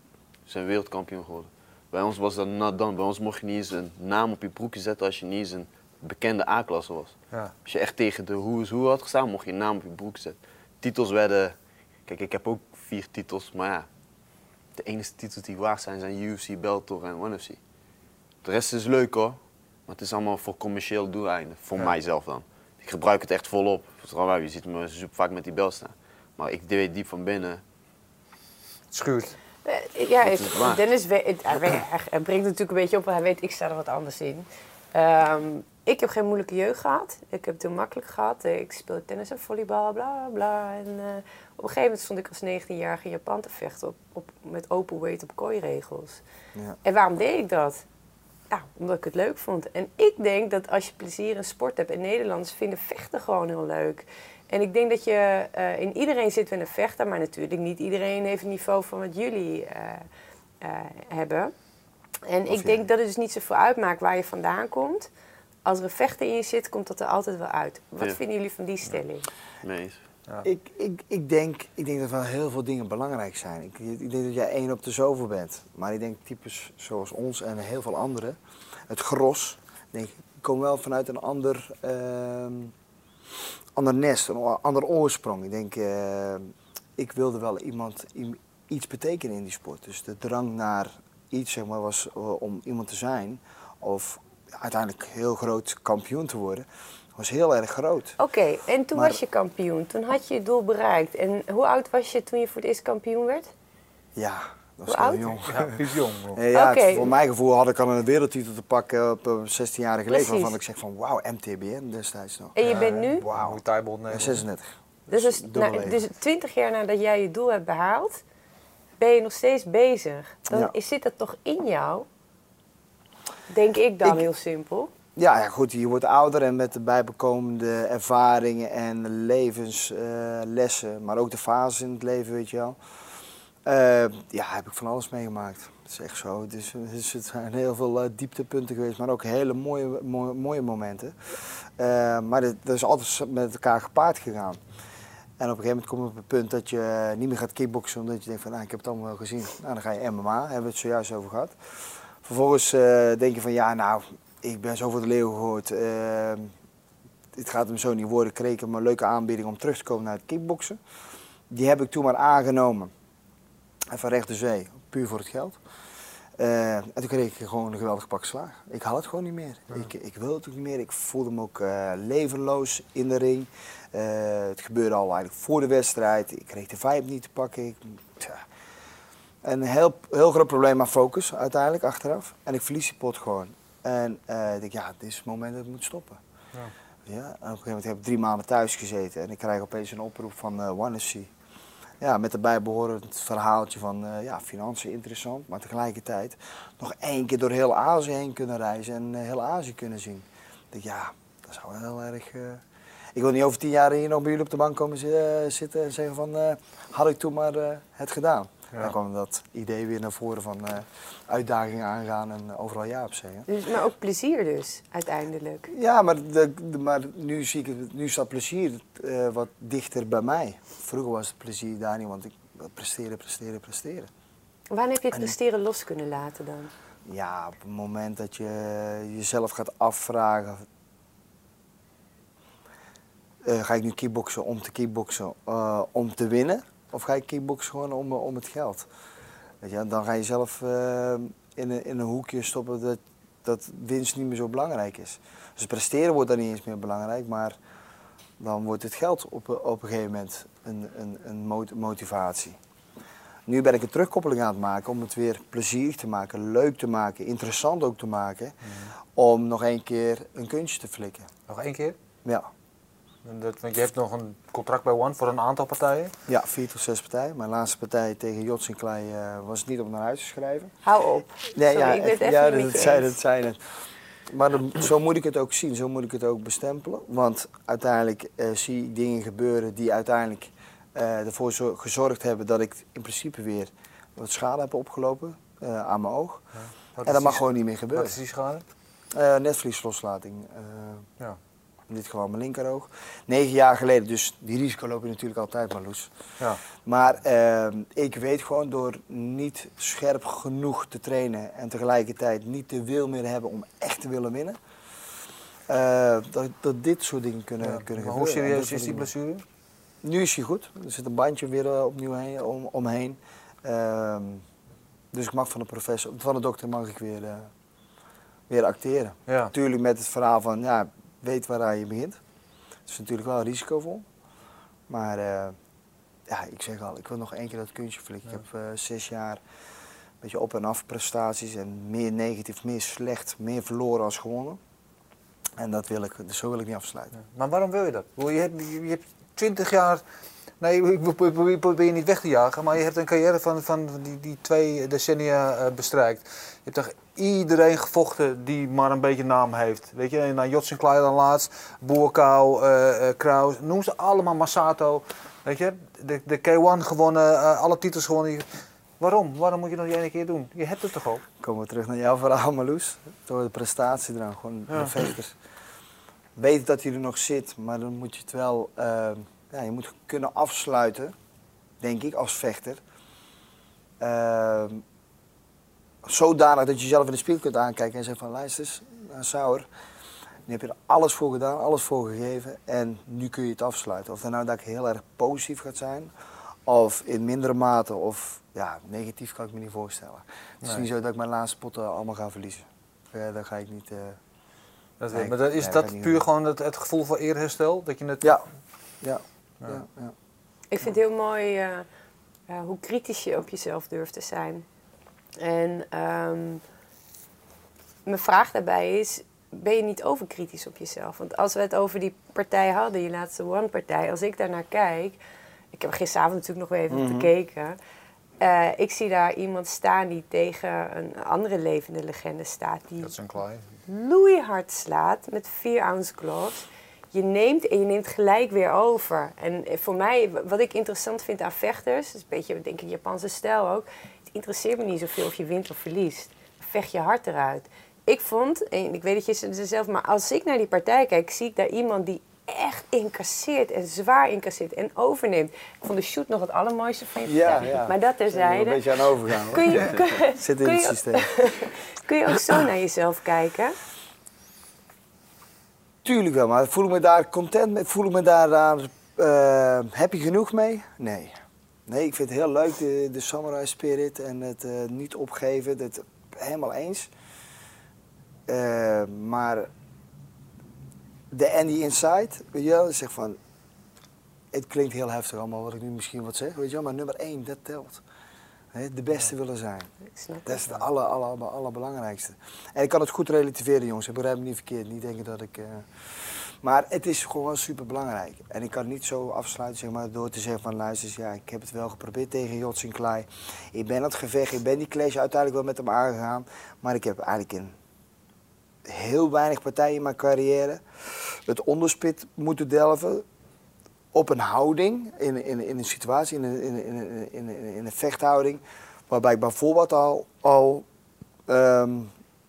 Ze zijn wereldkampioen geworden. Bij ons was dat not done. Bij ons mocht je niet eens een naam op je broekje zetten als je niet eens een bekende A-klasse was. Ja. Als je echt tegen de hoe is hoe had gestaan, mocht je een naam op je broek zetten. Titels werden... Kijk, ik heb ook vier titels, maar ja... De enige titels die waard zijn, zijn U F C, Bellator en ONE F C. De rest is leuk hoor, maar het is allemaal voor commercieel doeleinden. Voor Ja. mijzelf dan. Ik gebruik het echt volop. Je ziet me super vaak met die bel staan. Maar ik weet diep van binnen... Het schuurt. Eh, Ja, Dat ik, is waar. Dennis weet, het- hij, weet- hij, hij brengt het natuurlijk een beetje op, hij weet, ik sta er wat anders in. Ehm, ik heb geen moeilijke jeugd gehad. Ik heb het heel makkelijk gehad. Ik speelde tennis en volleybal, bla bla. En uh, op een gegeven moment stond ik als negentienjarige in Japan te vechten op, op, met open weight op kooiregels. Ja. En waarom deed ik dat? Nou, omdat ik het leuk vond. En ik denk dat als je plezier in sport hebt, en Nederlanders vinden vechten gewoon heel leuk. En ik denk dat je, uh, in iedereen zit wel een vechter, maar natuurlijk niet iedereen heeft het niveau van wat jullie uh, uh, hebben. En Of ik jij. denk dat het dus niet zoveel uitmaakt waar je vandaan komt. Als er een vechter in je zit, komt dat er altijd wel uit. Wat Ja. vinden jullie van die stelling? Nee eens. Ja. Ik, ik, ik, denk, ik denk dat wel heel veel dingen belangrijk zijn. Ik, ik denk dat jij één op de zoveel bent. Maar ik denk types zoals ons en heel veel anderen, het gros, denk ik, komen wel vanuit een ander, ehm, ander nest, een o- ander oorsprong. Ik denk, eh, ik wilde wel iemand i- iets betekenen in die sport. Dus de drang naar iets, zeg maar, was eh, om iemand te zijn of uiteindelijk heel groot kampioen te worden, was heel erg groot. Oké, en toen Maar- was je kampioen. Toen had je het doel bereikt. En hoe oud was je toen je voor het eerst kampioen werd? Ja, dat was Hoe heel oud? jong. Ja, piep jong. bro. Nee, ja, het- Oké. voor mijn gevoel had ik al een wereldtitel te pakken op een zestienjarige leeftijd. Precies. Waarvan ik zeg van wauw, M T B N destijds nog. En je Ja, bent hè? nu? Wauw. Muay Thai bond Ja, Nederland. zesendertig. Dus, dus, dubbel nou, leven. dus twintig jaar nadat jij je doel hebt behaald, ben je nog steeds bezig. Dan Ja. is, zit dat toch in jou? Denk ik dan Ik- heel simpel. Ja, ja, goed, je wordt ouder en met de bijbekomende ervaringen en levenslessen, maar ook de fases in het leven, weet je wel. Eh, ja, heb ik van alles meegemaakt. Dat is echt zo. Het, is, het, is- het zijn heel veel eh, dieptepunten geweest, maar ook hele mooie, mooie, mooie momenten. Eh, maar dat, dat is altijd met elkaar gepaard gegaan. En op een gegeven moment kom je op het punt dat je niet meer gaat kickboksen, omdat je denkt van, nou, ik heb het allemaal wel gezien. Nou, dan ga je M M A, hebben we het zojuist over gehad. Vervolgens eh, denk je van, ja, nou, ik ben zo voor de leeuw gegooid. Uh, dit gaat hem zo niet worden. Kreeg ik een leuke aanbieding om terug te komen naar het kickboksen. Die heb ik toen maar aangenomen. En van recht de zee, puur voor het geld. Uh, en toen kreeg ik gewoon een geweldig pak slaag. Ik had het gewoon niet meer. Ja. Ik, ik wilde het ook niet meer. Ik voelde me ook uh, levenloos in de ring. Uh, het gebeurde al eigenlijk voor de wedstrijd. Ik kreeg de vibe niet te pakken. Ik, tja. Een heel, heel groot probleem aan focus uiteindelijk, achteraf. En ik verlies die pot gewoon. En uh, ik denk, ja, dit is het moment dat ik moet stoppen. Ja. Ja, en op een gegeven moment heb ik drie maanden thuis gezeten. En ik krijg opeens een oproep van uh, ONE F C. Ja, met daarbij behorend verhaaltje van uh, ja, financiën interessant, maar tegelijkertijd nog één keer door heel Azië heen kunnen reizen en uh, heel Azië kunnen zien. Ik denk, ja, dat zou wel heel erg... Uh... Ik wil niet over tien jaar hier nog bij jullie op de bank komen uh, zitten en zeggen van, uh, had ik toen maar uh, het gedaan. Ja. Dan kwam dat idee weer naar voren van uh, uitdagingen aangaan en uh, overal ja op zeggen. Dus, maar ook plezier dus, uiteindelijk. Ja, maar, de, de, maar nu, zie ik het, nu staat plezier uh, wat dichter bij mij. Vroeger was het plezier daar niet, want ik presteren, presteren, presteren. Wanneer heb je het presteren los kunnen laten dan? Ja, op het moment dat je jezelf gaat afvragen... Uh, ga ik nu kickboksen om te kickboksen uh, om te winnen? Of ga ik kickboksen gewoon om, om het geld? Weet je, dan ga je zelf uh, in, een, in een hoekje stoppen dat, dat winst niet meer zo belangrijk is. Dus presteren wordt dan niet eens meer belangrijk, maar dan wordt het geld op, op een gegeven moment een, een, een motivatie. Nu ben ik een terugkoppeling aan het maken om het weer plezierig te maken, leuk te maken, interessant ook te maken. Mm. Om nog één keer een kunstje te flikken. Nog één keer? Ja. Dat, want je hebt nog een contract bij ONE voor een aantal partijen? Ja, vier tot zes partijen. Mijn laatste partij tegen Jots en Klei uh, was niet om naar huis te schrijven. Hou op. Nee, Sorry, ja, ik ben het echt ja, niet dat, met zijn, je dat zijn het. Maar dan, zo moet ik het ook zien, zo moet ik het ook bestempelen. Want uiteindelijk uh, zie ik dingen gebeuren die uiteindelijk uh, ervoor zo, gezorgd hebben dat ik in principe weer wat schade heb opgelopen uh, aan mijn oog. Ja. En dat mag gewoon niet meer gebeuren. Wat is die schade? Uh, netvlieslosslating. Uh, ja. In dit geval mijn linkeroog. Negen jaar geleden, dus die risico loop je natuurlijk altijd, Marloes. Ja. Maar uh, ik weet gewoon door niet scherp genoeg te trainen en tegelijkertijd niet de wil meer hebben om echt te willen winnen, uh, dat, dat dit soort dingen kunnen, Ja. kunnen Maar gebeuren. hoe serieus En is die dat soort blessure? dingen- Nu is hij goed. Er zit een bandje weer uh, opnieuw heen, om, omheen. Uh, dus ik mag van de professor, van de dokter mag ik weer, uh, weer acteren. Ja. Natuurlijk met het verhaal van, ja, weet waaraan je begint. Dat is natuurlijk wel risicovol. Maar uh, ja, ik zeg al, ik wil nog één keer dat kunstje flikken. Ja. Ik heb uh, zes jaar een beetje op en af prestaties en meer negatief, meer slecht, meer verloren als gewonnen. En dat wil ik, dus zo wil ik niet afsluiten. Ja. Maar waarom wil je dat? Je hebt, je hebt twintig jaar... Nee, ik probeer je niet weg te jagen, maar je hebt een carrière van, van die, die twee decennia uh, bestrijkt. Je hebt toch iedereen gevochten die maar een beetje naam heeft. Weet je, naar Jotz en Klaai dan laatst, Boerkou, uh, uh, Kraus, noem ze allemaal, Masato. Weet je, de, de K één gewonnen, uh, alle titels gewonnen. Waarom? Waarom moet je nog die ene keer doen? Je hebt het toch al? Komen we terug naar jouw verhaal, Marloes. Door de prestatie eraan, gewoon Ja. de vechters. Weet dat hij er nog zit, maar dan moet je het wel... Uh, Ja, je moet kunnen afsluiten, denk ik, als vechter. Uh, zodanig dat je jezelf in de spiegel kunt aankijken en zegt van luister eens, nou, Sauer, nu heb je er alles voor gedaan, alles voor gegeven en nu kun je het afsluiten. Of dat nou dat ik heel erg positief gaat zijn, of in mindere mate, of ja, negatief kan ik me niet voorstellen. Het is Nee. niet zo dat ik mijn laatste potten allemaal ga verliezen. Uh, daar ga ik niet... Uh, Dat, Nee, maar dat, is nee, dat dat niet puur doen. gewoon het, het gevoel van eerherstel? Dat je het... ja, ja, Ja. ja, ja. Ik vind het heel mooi uh, uh, hoe kritisch je op jezelf durft te zijn. En um, mijn vraag daarbij is, ben je niet overkritisch op jezelf? Want als we het over die partij hadden, die laatste One-partij, als ik daarnaar kijk... Ik heb er gisteravond natuurlijk nog weer even Mm-hmm. gekeken. Uh, ik zie daar iemand staan die tegen een andere levende legende staat. Die Dat is een Klaai. loeihard slaat met vier ounce gloves. Je neemt en je neemt gelijk weer over. En voor mij, wat ik interessant vind aan vechters, dat is een beetje, denk ik, Japanse stijl ook. Het interesseert me niet zoveel of je wint of verliest. Vecht je hard eruit. Ik vond, en ik weet dat je het zelf, maar als ik naar die partij kijk, zie ik daar iemand die echt incasseert en zwaar incasseert en overneemt. Ik vond de shoot nog het allermooiste van je Ja, partij. ja. Maar dat Daar zijn we terzijde. een beetje aan overgaan. Hoor. Kun je, kun, Zit in kun het je- systeem. kun je ook zo naar jezelf kijken? Tuurlijk wel, maar voel ik me daar content mee? Voel ik me daar uh, happy genoeg mee? Nee. Nee, ik vind het heel leuk, de, de samurai spirit en het uh, niet opgeven, dat helemaal eens. Uh, maar de Andy Inside, weet je wel, zeg van, het klinkt heel heftig allemaal wat ik nu misschien wat zeg, weet je wel, maar nummer één, dat telt. He, de beste willen zijn. Ik snap Dat het. is het aller, aller, aller, allerbelangrijkste. En ik kan het goed relativeren, jongens. Ik begrijp me niet verkeerd. Niet denken dat ik... Uh... Maar het is gewoon wel super belangrijk. En ik kan het niet zo afsluiten zeg maar, door te zeggen van... luister eens, ja, ik heb het wel geprobeerd tegen Jotz en Klaai. Ik ben het gevecht, ik ben die clash uiteindelijk wel met hem aangegaan. Maar ik heb eigenlijk in heel weinig partijen in mijn carrière... het onderspit moeten delven... op een houding, in, in, in een situatie, in een, in, in, in, in een vechthouding... waarbij ik bijvoorbeeld al, al um,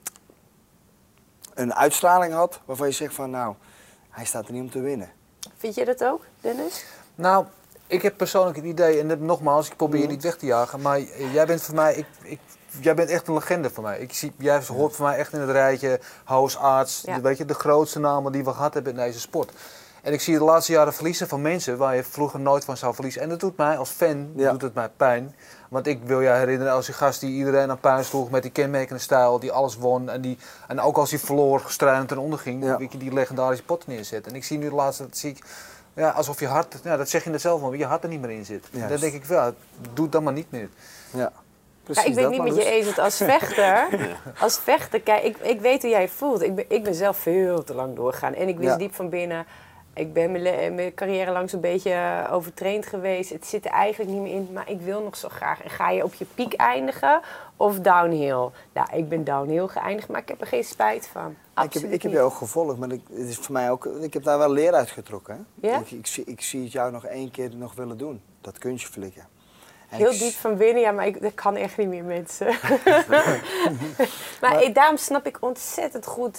een uitstraling had waarvan je zegt van nou, hij staat er niet om te winnen. Vind je dat ook, Dennis? Nou, ik heb persoonlijk het idee, en dat, nogmaals, ik probeer je Mhm. niet weg te jagen, maar jij bent voor mij, ik, ik, jij bent echt een legende voor mij. Ik zie, jij hoort voor mij echt in het rijtje, Hoos, Arts, Ja. de, weet je, de grootste namen die we gehad hebben in deze sport. En ik zie je de laatste jaren verliezen van mensen waar je vroeger nooit van zou verliezen. En dat doet mij als fan, Ja. doet het mij pijn. Want ik wil jou herinneren als die gast die iedereen aan puin sloeg met die kenmerkende stijl, die alles won. En, die, en ook als hij verloor, gestruinend ten onder ging, Ja. weet je, die legendarische pot neerzet. En ik zie nu de laatste, dat zie ik, ja, alsof je hart, ja, dat zeg je net zelf, maar je hart er niet meer in zit. Juist. Dan denk ik wel, doe het dan maar niet meer. Ja, precies Ja, ik ben dat, het niet met Marloes. je eens, want als vechter, als vechter, kijk, ik, ik weet hoe jij je voelt. Ik ben, ik ben zelf veel te lang doorgegaan en ik wist Ja. diep van binnen, ik ben mijn, le- mijn carrière lang zo'n beetje uh, overtraind geweest. Het zit er eigenlijk niet meer in, maar ik wil nog zo graag. En ga je op je piek eindigen of downhill? Nou, ik ben downhill geëindigd, maar ik heb er geen spijt van. Ik heb, Absoluut ik heb niet. je ook gevolgd, maar ik, het is voor mij ook, ik heb daar wel leer uit getrokken. Hè? Ja? Ik, ik, zie, ik zie het jou nog één keer nog willen doen, dat kunstje flikken. En Heel ik- diep van binnen, ja, maar ik, dat kan echt niet meer, mensen. maar ik- daarom snap ik ontzettend goed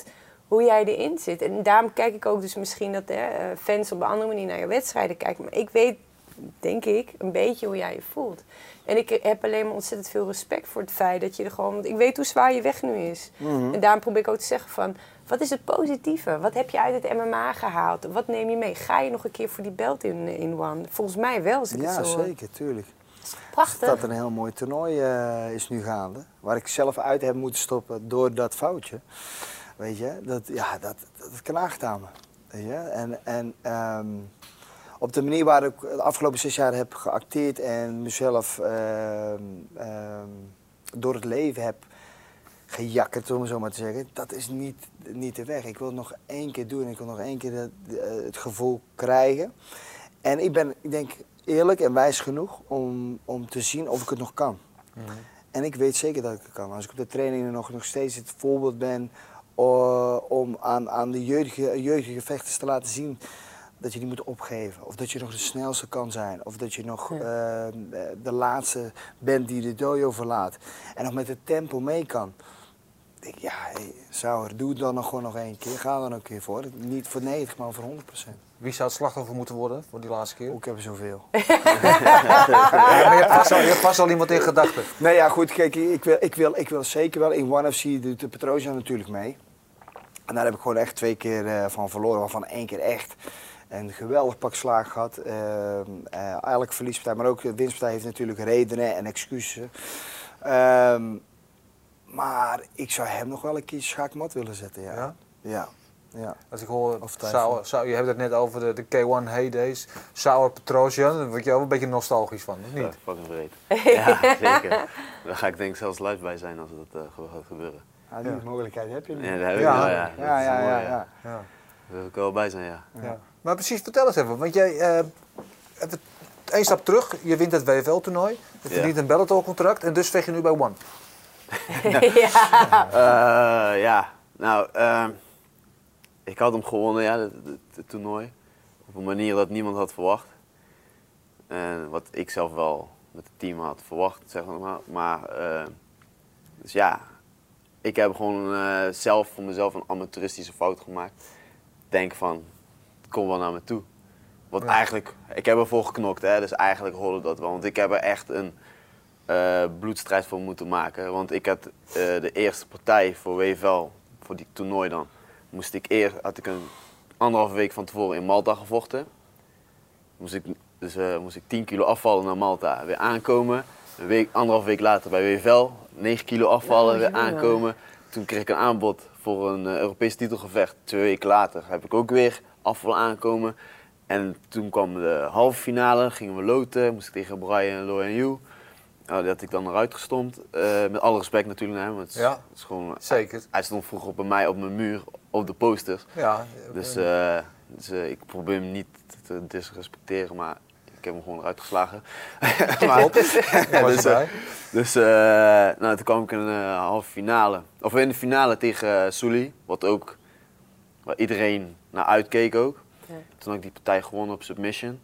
hoe jij erin zit. En daarom kijk ik ook dus misschien dat hè, fans op een andere manier naar je wedstrijden kijken. Maar ik weet, denk ik, een beetje hoe jij je voelt. En ik heb alleen maar ontzettend veel respect voor het feit dat je er gewoon... Want ik weet hoe zwaar je weg nu is. Mm-hmm. En daarom probeer ik ook te zeggen van... Wat is het positieve? Wat heb je uit het M M A gehaald? Wat neem je mee? Ga je nog een keer voor die belt in, in One? Volgens mij wel, als ik ja, het zo Ja, zeker, tuurlijk. Prachtig. Dat een heel mooi toernooi uh, is nu gaande. Waar ik zelf uit heb moeten stoppen door dat foutje. Weet je, dat, ja, dat, dat knaagt aan me. Weet je? En, en um, op de manier waarop ik de afgelopen zes jaar heb geacteerd en mezelf uh, uh, door het leven heb gejakkerd, om het zo maar te zeggen, dat is niet, niet de weg. Ik wil het nog één keer doen, ik wil nog één keer de, de, het gevoel krijgen. En ik ben, ik denk, eerlijk en wijs genoeg om, om te zien of ik het nog kan. Mm-hmm. En ik weet zeker dat ik het kan. Als ik op de trainingen nog, nog steeds het voorbeeld ben uh, om aan, aan de jeugdige, jeugdige vechters te laten zien dat je niet moet opgeven. Of dat je nog de snelste kan zijn. Of dat je nog uh, de laatste bent die de dojo verlaat. En nog met het tempo mee kan. Ik denk, ja, hey, Sauer, doe het dan nog gewoon nog één keer. Ga er dan een keer voor. Niet voor negentig, maar voor honderd procent. Wie zou het slachtoffer moeten worden voor die laatste keer? Oh, ik heb er zoveel. Ja, maar je hebt vast al, je hebt vast al iemand in gedachten. Nee, ja, goed, kijk, ik wil, ik wil, ik wil zeker wel. In One F C doet de Petrosian natuurlijk mee. En daar heb ik gewoon echt twee keer uh, van verloren, waarvan één keer echt een geweldig pak slaag gehad. Uh, uh, eigenlijk verliespartij, maar ook de winstpartij heeft natuurlijk redenen en excuses. Uh, maar ik zou hem nog wel een keer schaakmat willen zetten, ja. Ja? Ja. Ja. Als ik hoor, Sauer, Sauer, je hebt het net over de, de K één heydays, Sauer Petrosian, daar word je ook een beetje nostalgisch van, of niet? Ja, fucking breed. Ja, zeker. Daar ga ik denk ik zelfs live bij zijn als dat uh, gaat gebeuren. Ja, die ja. mogelijkheid heb je niet. Ja, dat heb ik ja. wel, ja. Ja, ja, ja, ja, ja. ja. Daar wil ik wel bij zijn, ja. ja. ja. Maar precies, vertel eens even, want jij, uh, even één stap terug, je wint het W F L-toernooi, je verdient ja. een Bellator-contract en dus vecht je nu bij One. ja. Uh, ja, nou, uh, ik had hem gewonnen, ja, het, het, het toernooi. Op een manier dat niemand had verwacht. En wat ik zelf wel met het team had verwacht, zeg maar. Maar, uh, dus ja, ik heb gewoon uh, zelf voor mezelf een amateuristische fout gemaakt. Denk van, het komt wel naar me toe. Want ja. eigenlijk, ik heb ervoor geknokt, hè, dus eigenlijk hoorde dat wel. Want ik heb er echt een uh, bloedstrijd voor moeten maken. Want ik had uh, de eerste partij voor W F L, voor die toernooi dan, moest ik eer, had ik een anderhalve week van tevoren in Malta gevochten. Moest ik, dus uh, moest ik tien kilo afvallen naar Malta, weer aankomen. Een week, anderhalve week later bij W F L, negen kilo afvallen, ja, weer aankomen. Toen kreeg ik een aanbod voor een uh, Europees titelgevecht. Twee weken later heb ik ook weer afvallen aankomen. En toen kwam de halve finale, gingen we loten, moest ik tegen Brian Loyanyu. Nou, die had ik dan eruit gestompt. Uh, met alle respect natuurlijk naar hem. Het is, ja, het is gewoon, zeker. Hij, hij stond vroeger bij mij op mijn muur, op de posters. Ja, dus uh, dus uh, ik probeer hem niet te disrespecteren, maar ik heb hem gewoon eruit geslagen. maar, ja, dus uh, dus uh, nou, toen kwam ik in een uh, halve finale. Of in de finale tegen uh, Sully, wat ook, waar iedereen naar uitkeek ook. Ja. Toen had ik die partij gewonnen op submission.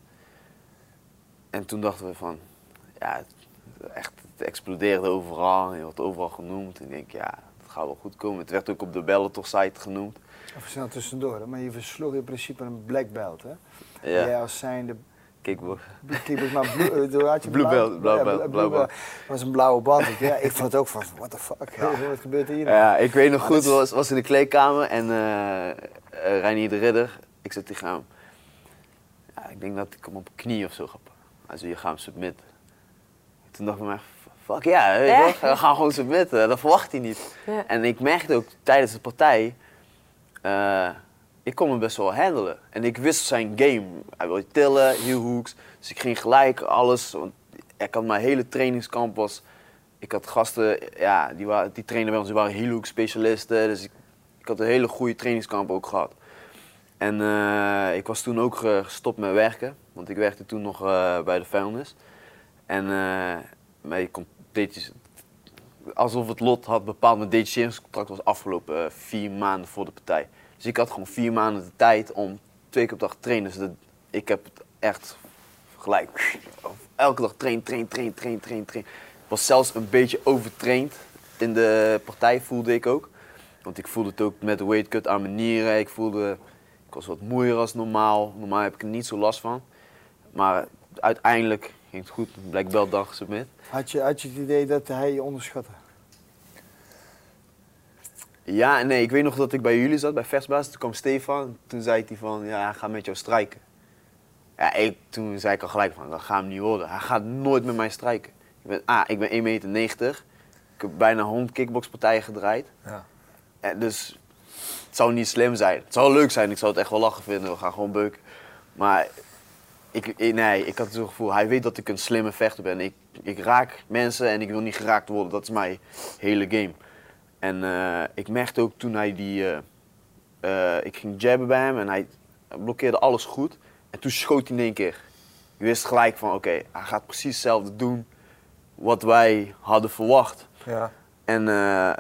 En toen dachten we van, ja, het, echt, het explodeerde overal. Je wordt overal genoemd. En ik denk, ja, het gaat wel goed komen. Het werd ook op de Bellator-site genoemd. Even snel tussendoor, hè? Maar je versloeg in principe een black belt, hè? Ja. Jij als zijnde... Kickbox. Kickbox, maar blue, uh, had je blue blauw, belt, blauw ja, belt, blauw belt. Dat was een blauwe band. Ja, ik vond het ook van, what the fuck, ja. Wat gebeurt hier nou? Ja, ik weet nog maar goed, is... was, was in de kleedkamer en uh, uh, Reinier de Ridder, ik zat tegen hem. Ja, ik denk dat ik hem op knie of zo ga. Hij zei, je gaat hem submitten. Toen dacht ik me, fuck ja, weet je toch? We gaan gewoon submitten, dat verwacht hij niet. Ja. En ik merkte ook tijdens de partij, uh, ik kon hem best wel handelen. En ik wist zijn game. Hij wilde tillen, heel hooks. Dus ik ging gelijk alles. Want ik had mijn hele trainingskamp was. Ik had gasten, ja, die, waren, die trainen bij ons, die waren heel hook specialisten. Dus ik, ik had een hele goede trainingskamp ook gehad. En uh, ik was toen ook gestopt met werken. Want ik werkte toen nog uh, bij de vuilnis. En uh, mijn competities, alsof het lot had bepaald, mijn detacheringscontract was afgelopen uh, vier maanden voor de partij. Dus ik had gewoon vier maanden de tijd om twee keer op dag te trainen. Dus dat, ik heb het echt gelijk. Elke dag train, train, train, train, train, train. Ik was zelfs een beetje overtraind in de partij, voelde ik ook. Want ik voelde het ook met de weight cut aan mijn nieren. Ik voelde, ik was wat moeier als normaal. Normaal heb ik er niet zo last van. Maar uiteindelijk ging het goed. Black belt dag gesubmit. Had je, had je het idee dat hij je onderschatte? Ja en nee, ik weet nog dat ik bij jullie zat, bij Versbaas. Toen kwam Stefan. Toen zei hij van, ja, hij gaat met jou strijken. Ja, ik, toen zei ik al gelijk van, dat gaat hem niet worden. Hij gaat nooit met mij strijken. Ik ben, ah, ik ben één meter negentig. Ik heb bijna honderd kickboxpartijen gedraaid. Ja. En dus het zou niet slim zijn. Het zou leuk zijn, ik zou het echt wel lachen vinden. We gaan gewoon beuken. Maar ik, ik, nee, ik had het gevoel, hij weet dat ik een slimme vechter ben. Ik, ik raak mensen en ik wil niet geraakt worden. Dat is mijn hele game. En uh, ik merkte ook toen hij die... Uh, uh, ik ging jabben bij hem en hij blokkeerde alles goed. En toen schoot hij in één keer. Ik wist gelijk van, oké, okay, hij gaat precies hetzelfde doen wat wij hadden verwacht. Ja. En uh,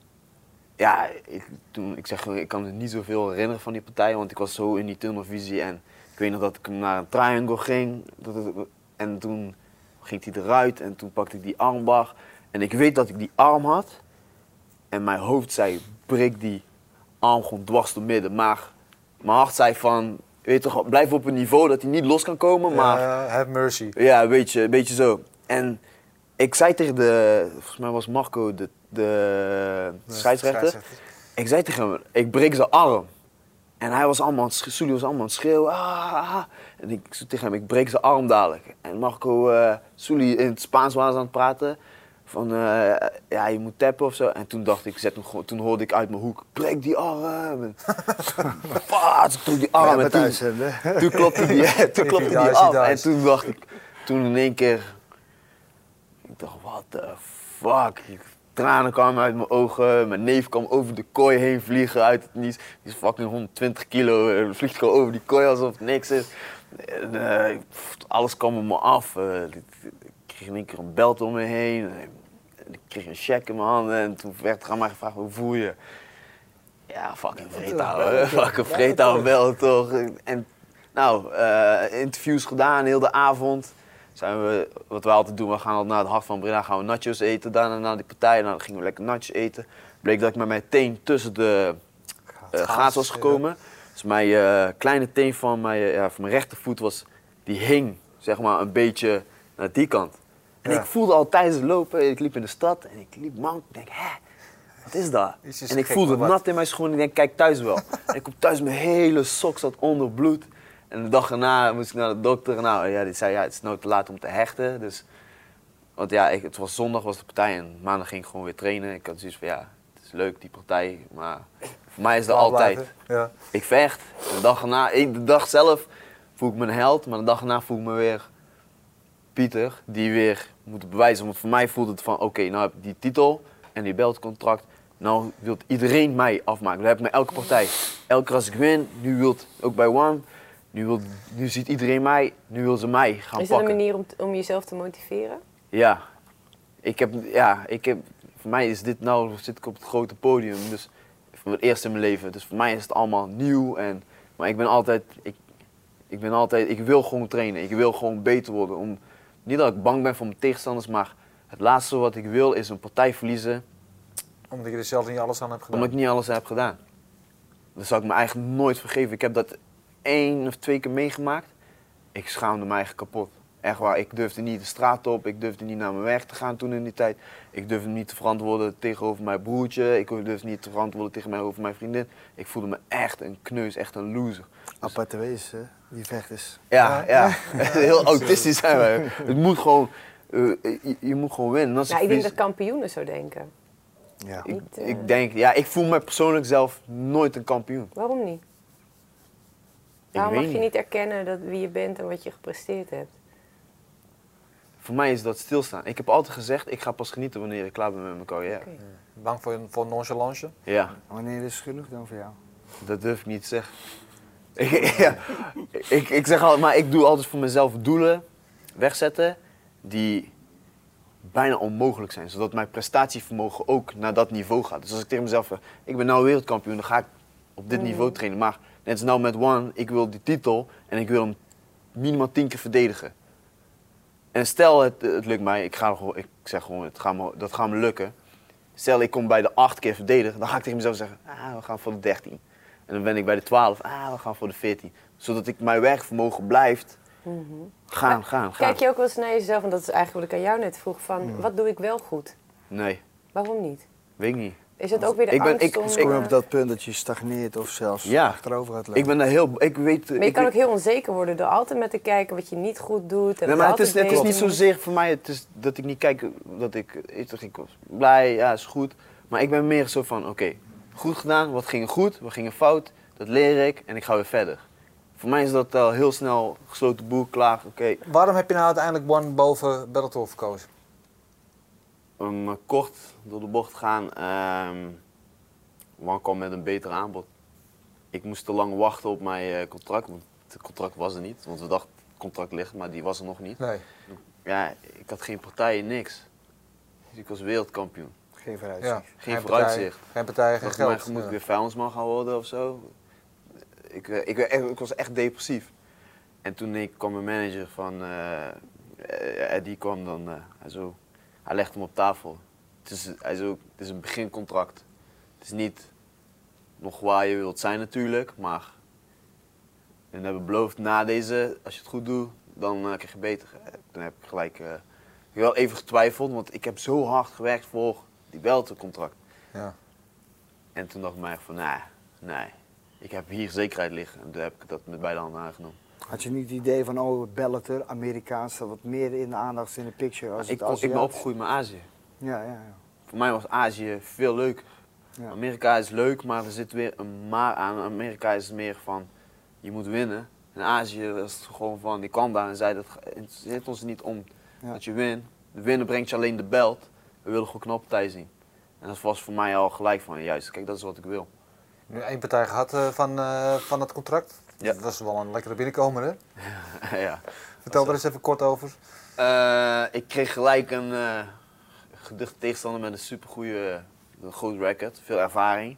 ja, ik, toen, ik zeg, ik kan me niet zoveel herinneren van die partij, want ik was zo in die tunnelvisie. En ik weet nog dat ik naar een triangle ging. En toen ging hij eruit en toen pakte ik die armbar. En ik weet dat ik die arm had. En mijn hoofd zei, breek die arm gewoon dwars door midden. Maar mijn hart zei van, weet toch, blijf op een niveau dat hij niet los kan komen. Maar Ja, have mercy. ja, een beetje, een beetje zo. En ik zei tegen de, volgens mij was Marco de, de scheidsrechter. scheidsrechter. Ik zei tegen hem, ik breek zijn arm. En hij was allemaal aan het schreeuwen, Sully was allemaal aan het schreeuwen. Ah, ah, ah. En ik zei tegen hem, ik breek zijn arm dadelijk. En Marco, uh, Sully in het Spaans waren ze aan het praten. Van, uh, ja, je moet tappen of zo. En toen dacht ik, zet hem gewoon, toen hoorde ik uit mijn hoek, breek die arm. En, Paat, toen die arm. Ja, en toen, uitzenden. toen klopte die, toen klopte die dies, af. he En dies. toen dacht ik, toen in één keer, ik dacht, what the fuck. Ik, tranen kwamen uit mijn ogen, mijn neef kwam over de kooi heen vliegen uit het niets. Die is fucking honderdtwintig kilo, en vliegt gewoon over die kooi alsof het niks is. En, uh, alles kwam op me af. Uh, ik kreeg in één keer een belt om me heen. En ik kreeg een check in mijn handen en toen werd er aan mij gevraagd, hoe voel je? Ja, fucking vreetouwe, fucking vreetouwe belt toch. En nou, uh, interviews gedaan, heel de avond. Zijn we, wat we altijd doen, we gaan naar het Hart van Breda, gaan we nachos eten. Daarna naar die partij, nou, dan gingen we lekker nachos eten. Bleek dat ik met mijn teen tussen de uh, gaten was gekomen. Dus mijn uh, kleine teen van mijn, uh, ja, van mijn rechtervoet was, die hing zeg maar een beetje naar die kant. En Ja. ik voelde al tijdens het lopen, ik liep in de stad en ik liep mank. Ik denk, hè, wat is dat? Iets is En ik gek, voelde of het wat? nat in mijn schoenen. Ik denk, kijk thuis wel. En ik kom thuis, mijn hele sok zat onder bloed. En de dag erna moest ik naar de dokter. Nou ja, die zei, ja, het is nou te laat om te hechten. Dus, want ja, ik, het was zondag was de partij en maandag ging ik gewoon weer trainen. Ik had zoiets van, ja, het is leuk die partij, maar voor mij is het altijd. Blijven. Ja. Ik vecht. En de dag erna, de dag zelf voel ik me een held, maar de dag erna voel ik me weer Pieter, die weer moet bewijzen. Want voor mij voelt het van, oké, okay, nou heb ik die titel en die beltcontract. Nou wil iedereen mij afmaken. Dat heb ik met elke partij. Elke keer als ik win, nu wil ook bij One, nu, wil, nu ziet iedereen mij, nu wil ze mij gaan Is dat pakken. een manier om, t- om jezelf te motiveren? Ja. Ik heb, ja, ik heb, voor mij is dit nou, zit ik op het grote podium, dus voor het eerst in mijn leven. Dus voor mij is het allemaal nieuw. En, maar ik ben altijd, ik, ik ben altijd, ik wil gewoon trainen. Ik wil gewoon beter worden. Om, niet dat ik bang ben voor mijn tegenstanders, maar het laatste wat ik wil is een partij verliezen. Omdat je er zelf niet alles aan hebt gedaan. Omdat ik niet alles heb gedaan. Dat zou ik me eigenlijk nooit vergeven. Ik heb dat één of twee keer meegemaakt. Ik schaamde me eigen kapot. Echt waar, ik durfde niet de straat op, ik durfde niet naar mijn werk te gaan toen in die tijd. Ik durfde me niet te verantwoorden tegenover mijn broertje, ik durfde niet te verantwoorden tegen mij over mijn vriendin. Ik voelde me echt een kneus, echt een loser. Aparte wezen, hè, die vechters. Ja, ja. Heel autistisch zijn wij. Het moet gewoon, uh, je, je moet gewoon winnen. Als Ja, ik denk dat kampioenen zo denken. Ja. ik, Niet, uh, ik denk, ja, ik voel me persoonlijk zelf nooit een kampioen. Waarom niet? Waarom weet mag je niet. niet erkennen dat wie je bent en wat je gepresteerd hebt? Voor mij is dat stilstaan. Ik heb altijd gezegd, ik ga pas genieten wanneer ik klaar ben met mijn carrière. Oké. Bang voor, voor nonchalance? Ja, Wanneer is het genoeg dan voor jou? dat durf ik niet te zeggen. ik, ja, ik, ik zeg altijd, maar ik doe altijd voor mezelf doelen wegzetten die bijna onmogelijk zijn. Zodat mijn prestatievermogen ook naar dat niveau gaat. Dus als ik tegen mezelf zeg, ik ben nou wereldkampioen, dan ga ik op dit Mm. niveau trainen. Maar net als nou met One, ik wil die titel en ik wil hem minimaal tien keer verdedigen. En stel het, het lukt mij, ik, ga, gewoon- ik zeg gewoon, het gaat me, dat gaat me lukken. Stel, ik kom bij de acht keer verdedigen, dan ga ik tegen mezelf zeggen, ah, we gaan voor de dertien. En dan ben ik bij de twaalf, ah, we gaan voor de veertien. Zodat ik mijn werkvermogen blijft Mm-hmm. gaan, Maar gaan, gaan. Kijk je ook wel eens naar jezelf, en dat is eigenlijk wat ik aan jou net vroeg, van Mm. wat doe ik wel goed? Nee, Waarom niet? weet ik niet. Is het ook weer de Ik ben- angst ik- om... Dus kom je eh, op dat punt dat je stagneert of zelfs Ja. achterover gaat Ik lopen. ben daar heel, ik weet... maar je ik kan weet- ook heel onzeker worden door altijd met te kijken wat je niet goed doet. En Nee, maar het is, altijd het is niet weten moet- zozeer voor mij, het is dat ik niet kijk, dat ik, ik, ik was blij, ja, is goed. Maar ik ben meer zo van, oké, goed gedaan, wat ging er goed, wat ging er fout, dat leer ik en ik ga weer verder. Voor mij is dat al heel snel gesloten boek, klaar, oké. Waarom heb je nou uiteindelijk One boven Bellator gekozen? Om eh, kort door de bocht gaan, ehm One kwam met een beter aanbod. Ik moest te lang wachten op mijn eh, contract, want het contract was er niet. Want we dachten, het contract ligt, maar die was er nog niet. Nee. Ja, ik had geen partijen, niks. Dus ik was wereldkampioen. Geen vooruitzicht. Ja. Geen partij, vooruitzicht. geen partij, geen Dacht mij, geld. moet ik Ja. weer vuilnisman gaan worden of zo? Ik, eh, ik, ik, ik was echt depressief. En toen ik, kwam mijn manager van, eh eh, Eddie kwam dan, eh, hij, zo, hij legde hem op tafel. Het is, hij zo, het is een begincontract. Het is niet nog waar je wilt zijn natuurlijk, maar we hebben beloofd na deze, als je het goed doet, dan uh, krijg je beter. Uh, toen heb ik gelijk uh, wel even getwijfeld, want ik heb zo hard gewerkt voor die Bellator-contract. Ja. En toen dacht ik mij van, nee, nee, ik heb hier zekerheid liggen. En toen heb ik dat met beide handen aangenomen. Had je niet het idee van, oh, Bellator, Amerikaans, dat wat meer in de aandacht in de picture als Ik, het kon, ik ben Aziatisch? opgegroeid met Azië. Ja, ja, ja. Voor mij was Azië veel leuker. Ja. Amerika is leuk, maar er zit weer een maar aan. Amerika is het meer van, je moet winnen. En Azië is het gewoon van, die kwam daar en zei, dat het zit ons niet om Ja. dat je wint. De winnen brengt je alleen de belt. We willen gewoon knappartij zien. En dat was voor mij al gelijk van, juist, kijk, dat is wat ik wil. Nu één partij gehad uh, van, uh, van het contract. Ja. Dat was wel een lekkere binnenkomer, hè? ja. Vertel er eens even kort over. Uh, ik kreeg gelijk een uh, geduchte tegenstander met een supergoeie, een goed record, veel ervaring.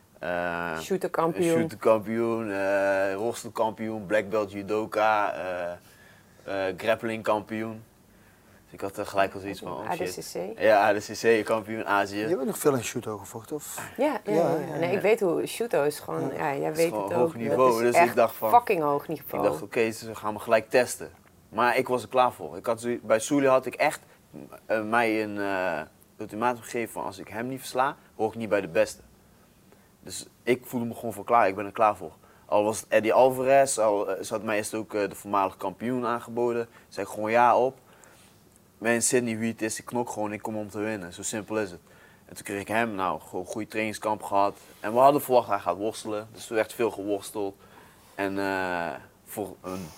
Uh, Shooterkampioen. Shooterkampioen, uh, rostelkampioen, black belt judoka, uh, uh, grapplingkampioen. Dus ik had er gelijk al zoiets van, oh A D shit. C C. Ja, A D C C kampioen Je Azië. hebt ook nog veel in Shuto gevochten, of? Ja, ja, ja, Ja, ja. ja, Nee, ja. ik weet hoe Shuto is gewoon, ja, jij is weet gewoon het hoog ook. niveau, Dat is dus ik echt dacht van- fucking hoog niveau. Ik dacht, oké, okay, ze gaan me gelijk testen. Maar ik was er klaar voor. Ik had, zo- bij Souli had ik echt uh, mij een uh, ultimatum gegeven van, als ik hem niet versla, hoor ik niet bij de beste. Dus ik voelde me gewoon voor klaar, ik ben er klaar voor. Al was het Eddie Alvarez, al uh, ze had mij eerst ook uh, de voormalige kampioen aangeboden. Zei ik gewoon ja op. Mijn Sydney wie het is, ik knok gewoon, ik kom om te winnen. Zo simpel is het. En toen kreeg ik hem, nou, gewoon een goede trainingskamp gehad. En we hadden verwacht, hij gaat worstelen. Dus er werd veel geworsteld. En uh, voor een,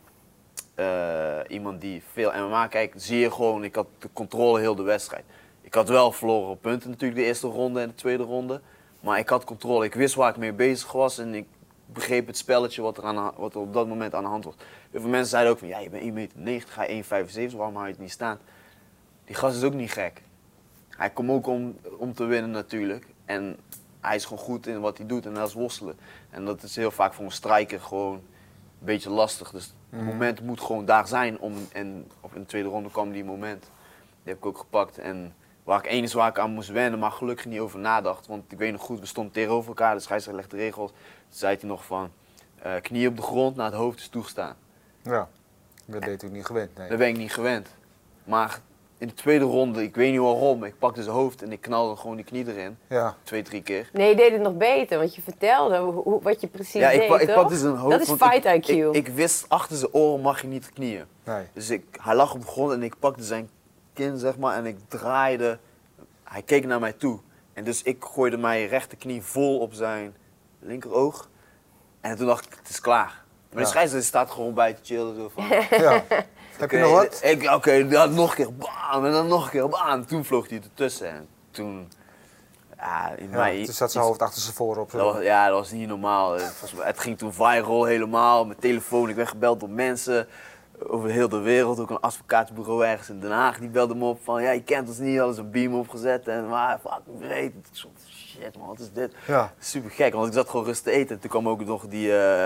uh, iemand die veel M M A kijkt, zie je gewoon, ik had de controle heel de wedstrijd. Ik had wel verloren op punten natuurlijk, de eerste ronde en de tweede ronde. Maar ik had controle, ik wist waar ik mee bezig was en ik begreep het spelletje wat er, aan, wat er op dat moment aan de hand was. Heel veel mensen zeiden ook van, ja, je bent één meter negentig, ga je één vijfenzeventig, waarom hou je het niet staan? Die gast is ook niet gek. Hij komt ook om, om te winnen natuurlijk. En hij is gewoon goed in wat hij doet en dat is worstelen. En dat is heel vaak voor een striker gewoon een beetje lastig. Dus het moment moet gewoon daar zijn. Om, en op in de tweede ronde kwam die moment. Die heb ik ook gepakt. En waar ik enigszins waar ik aan moest wennen, maar gelukkig niet over nadacht. Want ik weet nog goed, we stonden tegenover elkaar, de scheidsrechter legde de regels. Toen zei hij nog van, uh, knie op de grond, naar het hoofd is toegestaan. Ja, dat deed u niet gewend. Nee. Dat ben ik niet gewend. Maar in de tweede ronde, ik weet niet waarom, ik pakte zijn hoofd en ik knalde gewoon die knie erin. Ja. Twee, drie keer. Nee, je deed het nog beter, want je vertelde hoe, hoe- wat je precies Ja, ik, deed, pa- ik toch? pakte zijn hoofd. Dat is want fight ik, I Q. Ik, ik wist, achter zijn oren mag je niet knieën. Nee. Dus ik, hij lag op de grond en ik pakte zijn kin, zeg maar, en ik draaide. Hij keek naar mij toe. En dus ik gooide mijn rechterknie vol op zijn linkeroog. En toen dacht ik, het is klaar. Maar Ja. de scheidsrechter staat gewoon bij te chillen. Zo van, Ja. Heb je nog wat? Ik- Oké, okay, dan nog een keer, bam, en dan nog een keer, bam. Toen vloog hij ertussen. En toen, ja, in Ja, mij... toen zat zijn hoofd achter zijn voorop. Dat was, ja, dat was niet normaal. Het, was- het ging toen viral helemaal, mijn telefoon. Ik werd gebeld door mensen over heel de wereld. Ook een advocatenbureau ergens in Den Haag. Die belde me op van, ja, je kent ons niet. Hadden ze een beam opgezet en maar, fuck, breed. Ik zo, shit man, wat is dit? Ja. Super gek, want ik zat gewoon rustig te eten. En toen kwam ook nog die, uh,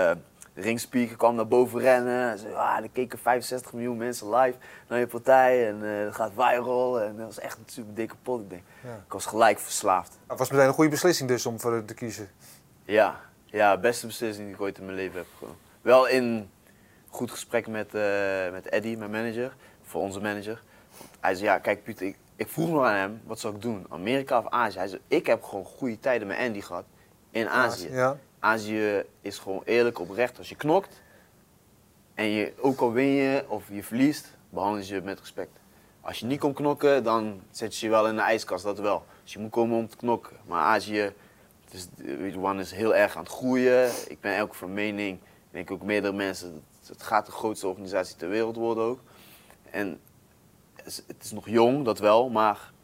De ringspeaker kwam naar boven rennen. En zei, ah, er keken vijfenzestig miljoen mensen live naar je partij. En uh, dat gaat viral. En dat was echt een super dikke pot. Ik, denk. Ja. Ik was gelijk verslaafd. Het was meteen een goede beslissing dus om voor te kiezen. Ja, ja, beste beslissing die ik ooit in mijn leven heb genomen. Wel in goed gesprek met, uh, met Eddie, mijn manager, voor onze manager. Want hij zei, ja, kijk Pieter, ik, ik vroeg nog aan hem, wat zou ik doen? Amerika of Azië? Hij zei, ik heb gewoon goede tijden met Andy gehad in Azië. Ja. Azië is gewoon eerlijk, oprecht. Als je knokt en je, ook al win je of je verliest, behandelen ze je met respect. Als je niet komt knokken, dan zet je je wel in de ijskast, dat wel. Dus je moet komen om te knokken. Maar Azië, dus, One is heel erg aan het groeien. Ik ben elke van mening, ik denk ook meerdere mensen, het gaat de grootste organisatie ter wereld worden ook. En het is nog jong, dat wel, maar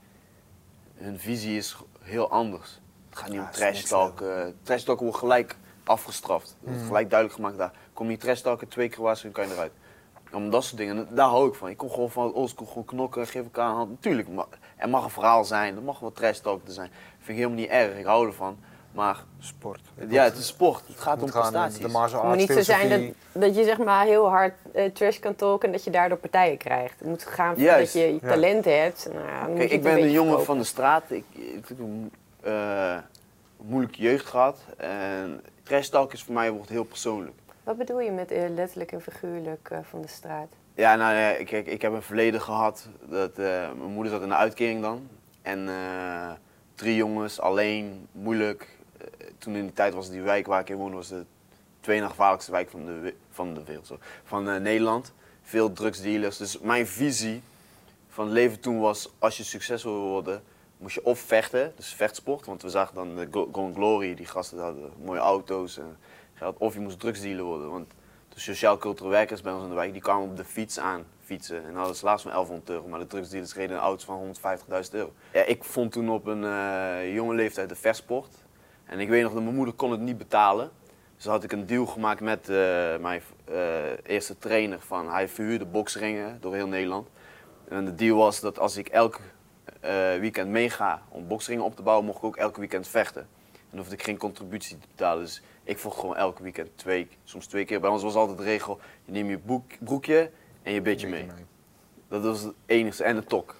hun visie is heel anders. Het gaat niet Ja, om is trash niks talk. Uh, trash talk wordt gelijk afgestraft. Het wordt gelijk duidelijk gemaakt daar. Kom je trash talken, twee keer waarschuwen, kan je eruit. Om dat soort dingen, daar hou ik van. Ik kom gewoon van het oldschool, gewoon knokken, geef elkaar een hand. Natuurlijk, er mag een verhaal zijn, er mag wel trash talk te zijn. Dat vind ik helemaal niet erg, ik hou ervan. Maar Sport. ja, het is sport. Het gaat om Moet gaan, prestaties. de martial Het moet arts niet zo zijn filosofie. dat, dat je zeg maar heel hard uh, trash kan talken en dat je daardoor partijen krijgt. Het moet gaan van Juist. dat je je Ja. talent hebt. Nou, ja, dan moet Kijk, je ik het ben een beetje jongen verkopen. van de straat. Ik, ik heb een uh, moeilijke jeugd gehad. En trash talk is voor mij wordt heel persoonlijk. Wat bedoel je met uh, letterlijk en figuurlijk uh, van de straat? Ja, nou ja, ik, ik, ik heb een verleden gehad. Dat, uh, mijn moeder zat in de uitkering dan. En uh, drie jongens, alleen, moeilijk. Uh, toen in die tijd was die wijk waar ik in woonde, was de tweede na gevaarlijkste wijk van de, van de wereld. Zo. Van uh, Nederland. Veel drugsdealers. Dus mijn visie van het leven toen was, als je succesvol wil worden, moest je of vechten, dus vechtsport. Want we zagen dan de Golden Glory, die gasten hadden mooie auto's en geld. Of je moest drugsdealer worden. Want de sociaal-culturele werkers bij ons in de wijk, die kwamen op de fiets aan fietsen. En hadden salaris van elfhonderd euro, maar de drugsdealers reden in auto's van honderdvijftigduizend euro. Ja, ik vond toen op een uh, jonge leeftijd de vechtsport. En ik weet nog dat mijn moeder kon het niet betalen. Dus had ik een deal gemaakt met uh, mijn uh, eerste trainer. Van, hij verhuurde boksringen door heel Nederland. En de deal was dat als ik elk uh, weekend meega om boksringen op te bouwen, mocht ik ook elke weekend vechten. En dan hoefde ik geen contributie te betalen. Dus ik vocht gewoon elke weekend twee, soms twee keer. Bij ons was altijd de regel, je neemt je boek, broekje en je beetje mee. Dat was het enige. En de tok.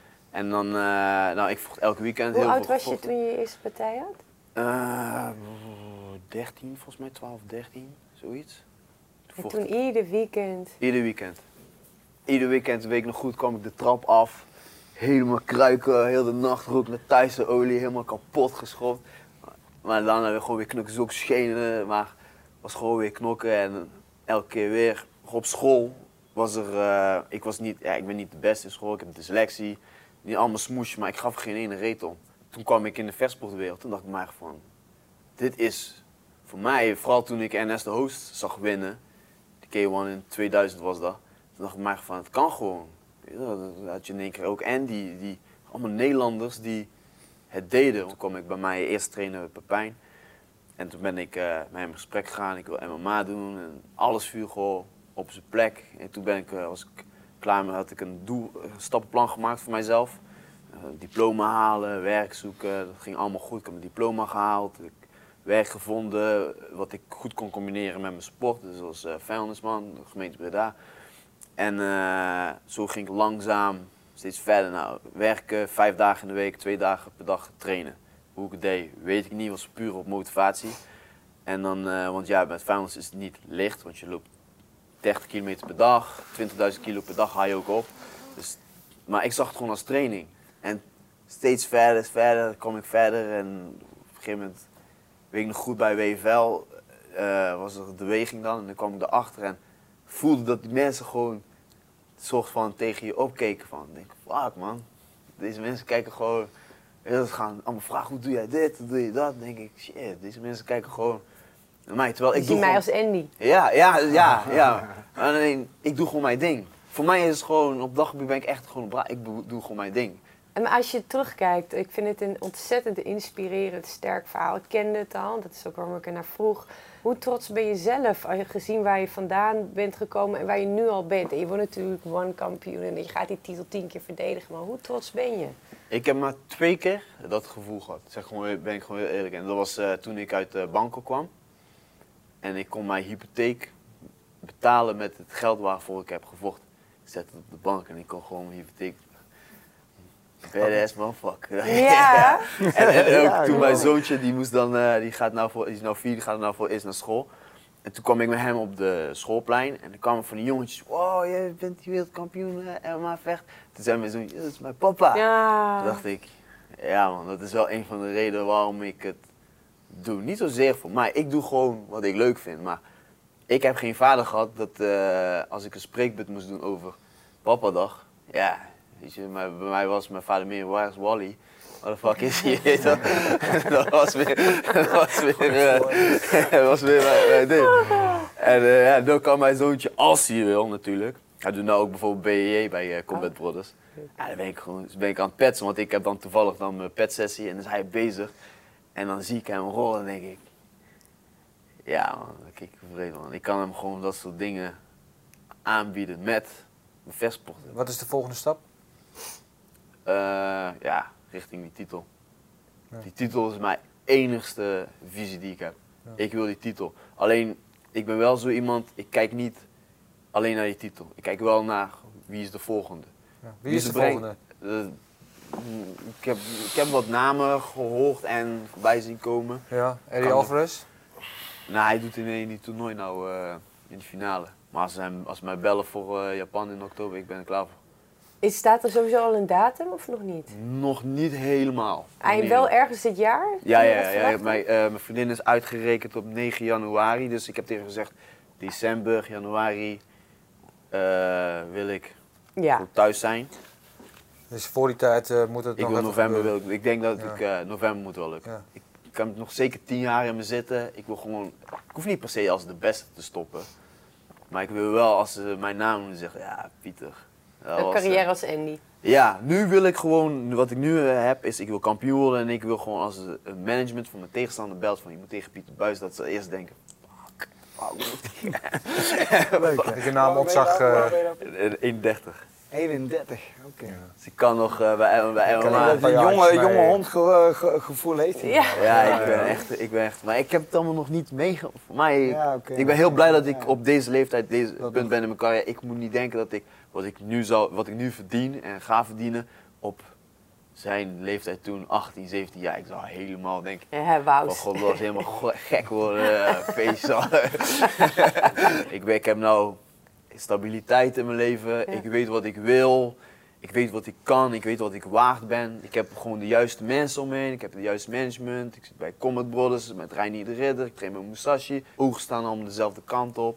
En dan, uh, nou ik vocht elke weekend Hoe heel oud veel was je gevochten. toen je je eerste partij had? Uh, dertien, volgens mij twaalf, dertien, zoiets. En vocht toen ik. ieder weekend. Ieder weekend. Ieder weekend, weet ik nog goed, kwam ik de trap af. Helemaal kruiken, heel de nacht rook naar Thaise olie, helemaal kapot geschopt. Maar dan hebben we gewoon weer knokken, zulke schenen, maar was gewoon weer knokken. En elke keer weer op school was er, uh, ik was niet, ja, ik ben niet de beste in school, ik heb dyslexie. Niet allemaal smoesje, maar ik gaf geen ene reet om. Toen kwam ik in de vechtsportwereld, toen dacht ik mij van, dit is voor mij, vooral toen ik N S de Host zag winnen, de K één in tweeduizend was dat, toen dacht ik mij van, het kan gewoon. Ja, dat had je in één keer ook. En die, die allemaal Nederlanders die het deden. Toen kwam ik bij mijn eerste trainer Pepijn. En toen ben ik uh, met hem in gesprek gegaan, ik wil M M A doen en alles viel gewoon op zijn plek. En toen ben ik, uh, was ik klaar met, had ik een, doel, een stappenplan gemaakt voor mijzelf. Uh, diploma halen, werk zoeken, dat ging allemaal goed. Ik heb mijn diploma gehaald, ik werk gevonden wat ik goed kon combineren met mijn sport. Dus als uh, vuilnisman, de gemeente Breda. En uh, zo ging ik langzaam steeds verder. Nou, werken, vijf dagen in de week, twee dagen per dag trainen. Hoe ik het deed, weet ik niet, was puur op motivatie. En dan, uh, want ja, met vuilnis is het niet licht, want je loopt dertig kilometer per dag, twintigduizend kilo per dag ga je ook op. Dus, maar ik zag het gewoon als training. En steeds verder, verder, kwam ik verder. En op een gegeven moment, weet ik nog goed, bij W F L uh, was er een beweging dan. En dan kwam ik erachter en voelde dat die mensen gewoon een soort van tegen je opkeken van. Ik denk, fuck man, deze mensen kijken gewoon, ze gaan allemaal vragen, hoe doe jij dit, hoe doe je dat? Dan denk ik, shit, deze mensen kijken gewoon naar mij. Terwijl ik Je doe ziet mij gewoon... als Andy. Ja, ja, ja, ja. Alleen, ik doe gewoon mijn ding. Voor mij is het gewoon, op daggebied ben ik echt gewoon, bra- ik doe gewoon mijn ding. En maar als je terugkijkt, ik vind het een ontzettend inspirerend, sterk verhaal. Ik kende het al, dat is ook waarom ik er naar vroeg. Hoe trots ben je zelf, als je gezien waar je vandaan bent gekomen en waar je nu al bent? En je wordt natuurlijk one kampioen en je gaat die titel tien keer verdedigen, maar hoe trots ben je? Ik heb maar twee keer dat gevoel gehad. Zeg gewoon, ben ik gewoon heel eerlijk. En dat was uh, toen ik uit uh, Bangkok kwam. En ik kon mijn hypotheek betalen met het geld waarvoor ik heb gevochten. Ik zette het op de bank en ik kon gewoon mijn hypotheek. Badass motherfucker. Ja. En, en ook Ja, toen ja. mijn zoontje, die moest dan, uh, die gaat nou voor, die is nou vier, die gaat nou voor eerst naar school. En toen kwam ik met hem op de schoolplein en dan kwamen van die jongetjes, wow, jij bent die wereldkampioen uh, M M A vecht. Toen zei mijn zoontje, dat is mijn papa. Ja. Toen dacht ik, ja man, dat is wel een van de redenen waarom ik het doe. Niet zozeer voor mij, ik doe gewoon wat ik leuk vind, maar ik heb geen vader gehad dat uh, als ik een spreekbeurt moest doen over Papadag, ja, weet je, maar bij mij was mijn vader meer, waar is Wally? What the fuck is hij? Weet je? Dat was weer, dat was weer, uh, dat was weer mijn, mijn ding. En uh, ja, dan kan mijn zoontje, als hij wil natuurlijk, hij doet nou ook bijvoorbeeld B J J bij uh, Combat Brothers. Ja, dan ben ik gewoon dan ben ik aan het petsen, want ik heb dan toevallig dan mijn petsessie en dan is hij bezig. En dan zie ik hem rollen en denk ik, ja man, dan kijk ik tevreden man. Ik kan hem gewoon dat soort dingen aanbieden met mijn vechtsporten. Wat is de volgende stap? Uh, ja, richting die titel. Ja. Die titel is mijn enigste visie die ik heb. Ja. Ik wil die titel. Alleen, ik ben wel zo iemand, ik kijk niet alleen naar die titel. Ik kijk wel naar wie is de volgende. Ja. Wie is de brengt- volgende? Uh, ik, heb, ik heb wat namen gehoord en voorbij zien komen. Ja, Eddie Kan- Alvarez? Nou, hij doet in die, die toernooi nou uh, in de finale. Maar als ze, hem, als ze mij bellen voor uh, Japan in oktober, ik ben er klaar voor. Is, staat er sowieso al een datum of nog niet? Nog niet helemaal. Hij Nog niet wel helemaal. ergens dit jaar? Ja, Kun je ja, dat ja, ja. verwachten? Mijn, uh, mijn vriendin is uitgerekend op negen januari, dus ik heb tegen haar gezegd, december, januari uh, wil ik Ja. goed thuis zijn. Dus voor die tijd uh, moet het Ik nog wil even november, gebeuren. wil ik, ik denk dat Ja. ik uh, november moet wel lukken. Ja. Ik, ik kan nog zeker tien jaar in me zitten. Ik wil gewoon, ik hoef niet per se als de beste te stoppen, maar ik wil wel als ze mijn naam noemen zeggen, ja Pieter. dat Een was, carrière uh, als Andy. Ja, nu wil ik gewoon, wat ik nu uh, heb, is ik wil kampioen worden en ik wil gewoon als een management van mijn tegenstander belt van je moet tegen Pieter Buijs, dat ze eerst denken, fuck, waarom moet hij? Leuk hè? Ik je naam opzag. uh, één dertig. eenendertig, oké. Dus ik kan nog uh, bij, bij Kan M M A. dat een Ja, jonge, ja, jonge ja. hondgevoel heeft hij. Ja. Ja, ik ben echt, ik ben echt, maar ik heb het allemaal nog niet meegemaakt. Voor mij, Ja, oké. ik ben heel blij dat ik Ja. op deze leeftijd, deze Dat punt nog. ben in mijn carrière. Ik moet niet denken dat ik, wat ik nu zou, wat ik nu verdien en ga verdienen op zijn leeftijd toen, achttien, zeventien jaar. Ik zou helemaal denken, Ja, van Wout. god, was helemaal go- gek worden, uh, feestje. ik, ben- ik heb nou stabiliteit in mijn leven, Ja. ik weet wat ik wil, ik weet wat ik kan, ik weet wat ik waard ben. Ik heb gewoon de juiste mensen om me heen, ik heb de juiste management. Ik zit bij Combat Brothers met Reinier de Ridder, ik train met Musashi. Ogen staan allemaal dezelfde kant op.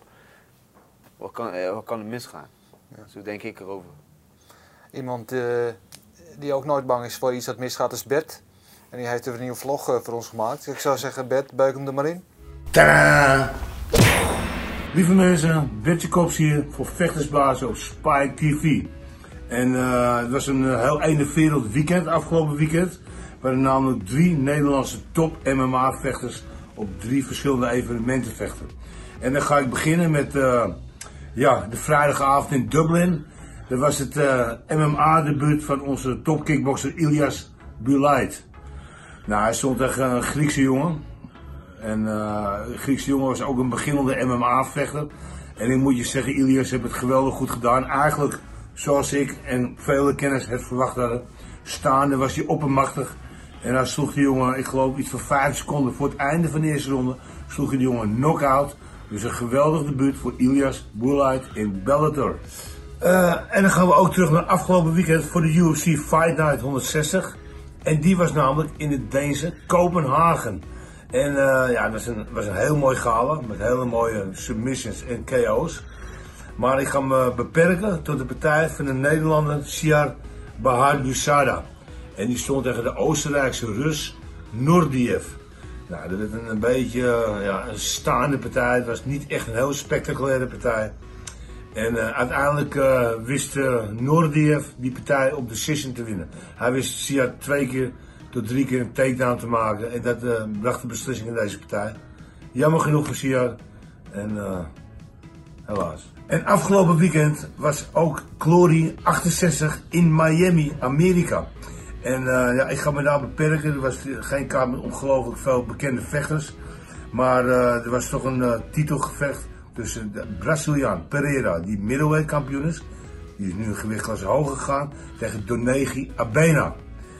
Wat kan, eh, wat kan er misgaan? Ja. Zo denk ik erover. Iemand uh, die ook nooit bang is voor iets dat misgaat is Bert. En die heeft even een nieuwe vlog uh, voor ons gemaakt. Ik zou zeggen, Bert, buik hem er maar in. Tadaa! Lieve mensen, Bertje Kops hier voor Vechtersbazen op Spike T V. En uh, het was een uh, heel einde wereld weekend, afgelopen weekend. Waar namelijk drie Nederlandse top M M A vechters op drie verschillende evenementen vechten. En dan ga ik beginnen met uh, ja, de vrijdagavond in Dublin. Dat was het uh, M M A debuut van onze topkickboxer Ilias Bulayt. Nou, hij stond tegen een Griekse jongen. En uh, de Griekse jongen was ook een beginnende M M A-vechter. En ik moet je zeggen, Ilias heeft het geweldig goed gedaan. Eigenlijk zoals ik en vele kenners het verwacht hadden. Staande was hij oppermachtig. En dan sloeg die jongen, ik geloof iets van vijf seconden voor het einde van de eerste ronde, sloeg hij die jongen knock-out. Dus een geweldig debuut voor Ilias Bulayt in Bellator. Uh, en dan gaan we ook terug naar afgelopen weekend voor de U F C Fight Night honderdzestig. En die was namelijk in het Deense Kopenhagen. En uh, ja, dat was een, was een heel mooi gala met hele mooie submissions en K O's. Maar ik ga me beperken tot de partij van de Nederlander Siar Bahadusada. En die stond tegen de Oostenrijkse Rus Nurdiev. Nou, dat werd een, een beetje uh, ja, een staande partij. Het was niet echt een heel spectaculaire partij. En uh, uiteindelijk uh, wist uh, Nurdiev die partij op decision te winnen. Hij wist Siar twee keer tot drie keer een takedown te maken. En dat uh, bracht de beslissing in deze partij. Jammer genoeg voor Siar. En uh, helaas. En afgelopen weekend was ook Glory achtenzestig in Miami, Amerika. En uh, ja, ik ga me daar beperken. Er was geen kaart met ongelooflijk veel bekende vechters. Maar uh, er was toch een uh, titelgevecht tussen de Braziliaan Pereira, die middleweight kampioen is. Die is nu een gewichtklasse hoger gegaan, tegen Donegi Abena.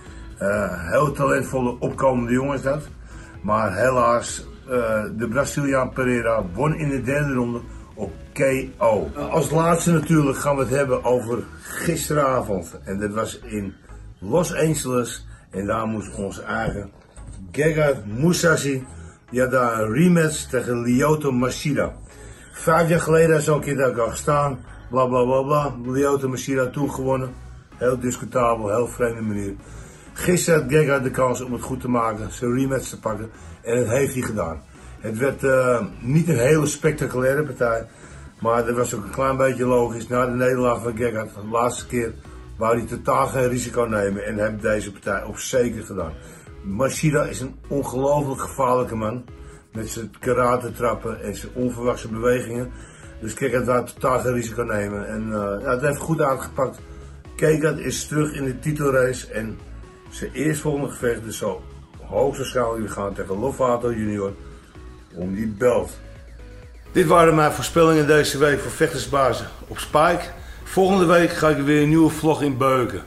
Uh, heel talentvolle opkomende jongen is dat. Maar helaas, uh, de Braziliaan Pereira won in de derde ronde op K O. Als laatste natuurlijk gaan we het hebben over gisteravond. En dat was in Los Angeles. En daar moest onze eigen Gegard Mousasi, die had daar een rematch tegen Lyoto Machida. Vijf jaar geleden is zo'n keer daar al gestaan. Bla bla bla bla. Lyoto Machida toen gewonnen. Heel discutabel, heel vreemde manier. Gisteren had Gegard de kans om het goed te maken, zijn rematch te pakken. En dat heeft hij gedaan. Het werd uh, niet een hele spectaculaire partij. Maar dat was ook een klein beetje logisch. Na de nederlaag van Gegard, de laatste keer, wou hij totaal geen risico nemen. En heeft deze partij op zeker gedaan. Machida is een ongelooflijk gevaarlijke man. Met zijn karate trappen en zijn onverwachte bewegingen. Dus Gegard wou totaal geen risico nemen. En uh, ja, het heeft goed uitgepakt. Gegard is terug in de titelrace. En zijn eerstvolgende gevecht dus zal hoogstwaarschijnlijk gaan tegen Lovato junior om die belt. Dit waren mijn voorspellingen deze week voor Vechtersbazen op Spike. Volgende week ga ik weer een nieuwe vlog in beuken.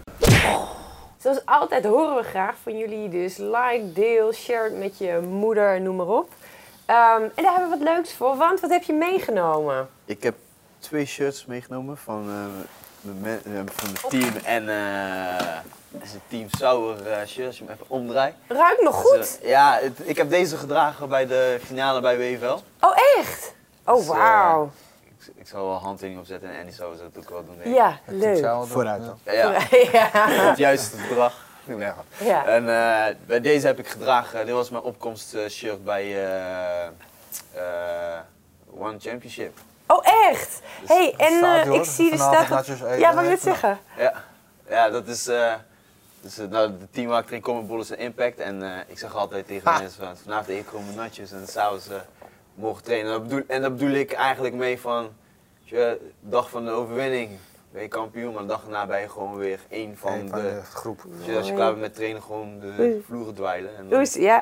Zoals altijd horen we graag van jullie, dus like, deel, share het met je moeder, noem maar op. Um, en daar hebben we wat leuks voor, want wat heb je meegenomen? Ik heb twee shirts meegenomen van, uh, mijn, uh, van het team en uh, het is een Team Sauer uh, shirt, als je hem even omdraait. Ruikt nog goed? Dus, uh, ja, het, ik heb deze gedragen bij de finale bij W F L. Oh echt? Oh Dus, uh, wauw. ik, ik zal wel handtekening opzetten en Andy zou dat ook wel doen. Denk ik. Ja, leuk. Vooruit dan. Ja, ja. Ja. Het juiste bedrag. Nee, Ja. En uh, bij deze heb ik gedragen, dit was mijn opkomstshirt bij uh, uh, One Championship. Oh echt? Dus hey, en staat uh, hij, hoor. ik zie er Vanavond staat... nachos eten. Ja, wat wil je zeggen? Ja, ja dat is, uh, dus, uh, nou, de team waar ik erin kom in Bollers en Impact. En uh, ik zeg altijd tegen Ha. mensen van vanavond eten komen nachos en s'avonds uh, mogen trainen. En dat, bedoel, en dat bedoel ik eigenlijk mee van, als je dag van de overwinning ben je kampioen, maar de dag daarna ben je gewoon weer één van, Een van de, de groep. Dus je- als je klaar bent met trainen, gewoon de vloeren dwijlen. En dan- Doe eens, ja.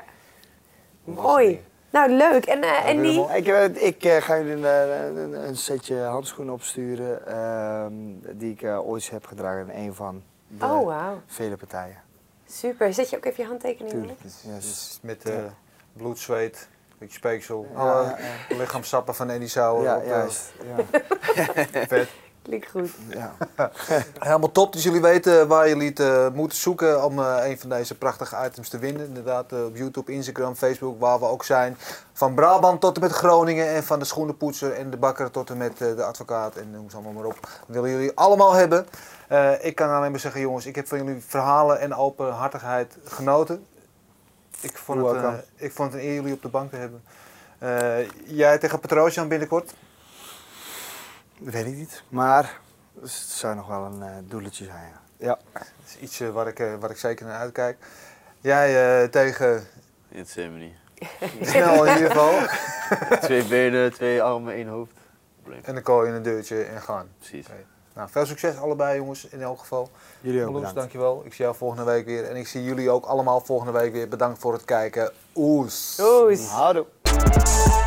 Mooi. Nou, leuk. En, uh, en die... Ik, eh, ik eh, ga jullie een, eh, een, een setje handschoenen opsturen ehm, die ik eh, ooit heb gedragen in een van de Oh, wauw. vele partijen. Super. Zet je ook even je handtekening in? Tuurlijk. Dus Yes. met uh, bloed, zweet, een beetje speeksel, Ja, alle ja, ja. lichaamsappen van Eddie Sauer. Ja, op, uh, juist. Ja. vet. Klinkt goed. Ja. Helemaal top, dus jullie weten waar jullie het uh, moeten zoeken om uh, een van deze prachtige items te winnen. Inderdaad, uh, op YouTube, Instagram, Facebook, waar we ook zijn. Van Brabant tot en met Groningen en van de schoenenpoetser en de bakker tot en met uh, de advocaat en noem ze allemaal maar op. Dat willen jullie allemaal hebben. Uh, ik kan alleen maar zeggen, jongens, ik heb van jullie verhalen en openhartigheid genoten. Ik vond, het, uh, ik vond het een eer jullie op de bank te hebben. Uh, jij tegen Petrosian binnenkort? Dat weet ik niet. Maar het zou nog wel een uh, doeletje zijn. Ja. Ja. Dat is iets uh, waar, ik, uh, waar ik zeker naar uitkijk. Jij uh, tegen... Het is helemaal niet. Snel in ieder geval. Twee benen, twee armen, één hoofd. Probleem. En dan kooi je een deurtje en gaan. Precies. Okay. Nou, veel succes allebei jongens, in elk geval. Jullie ook Marloes, bedankt. dankjewel. Ik zie jou volgende week weer. En ik zie jullie ook allemaal volgende week weer. Bedankt voor het kijken. Oes. Oes. Houdoe.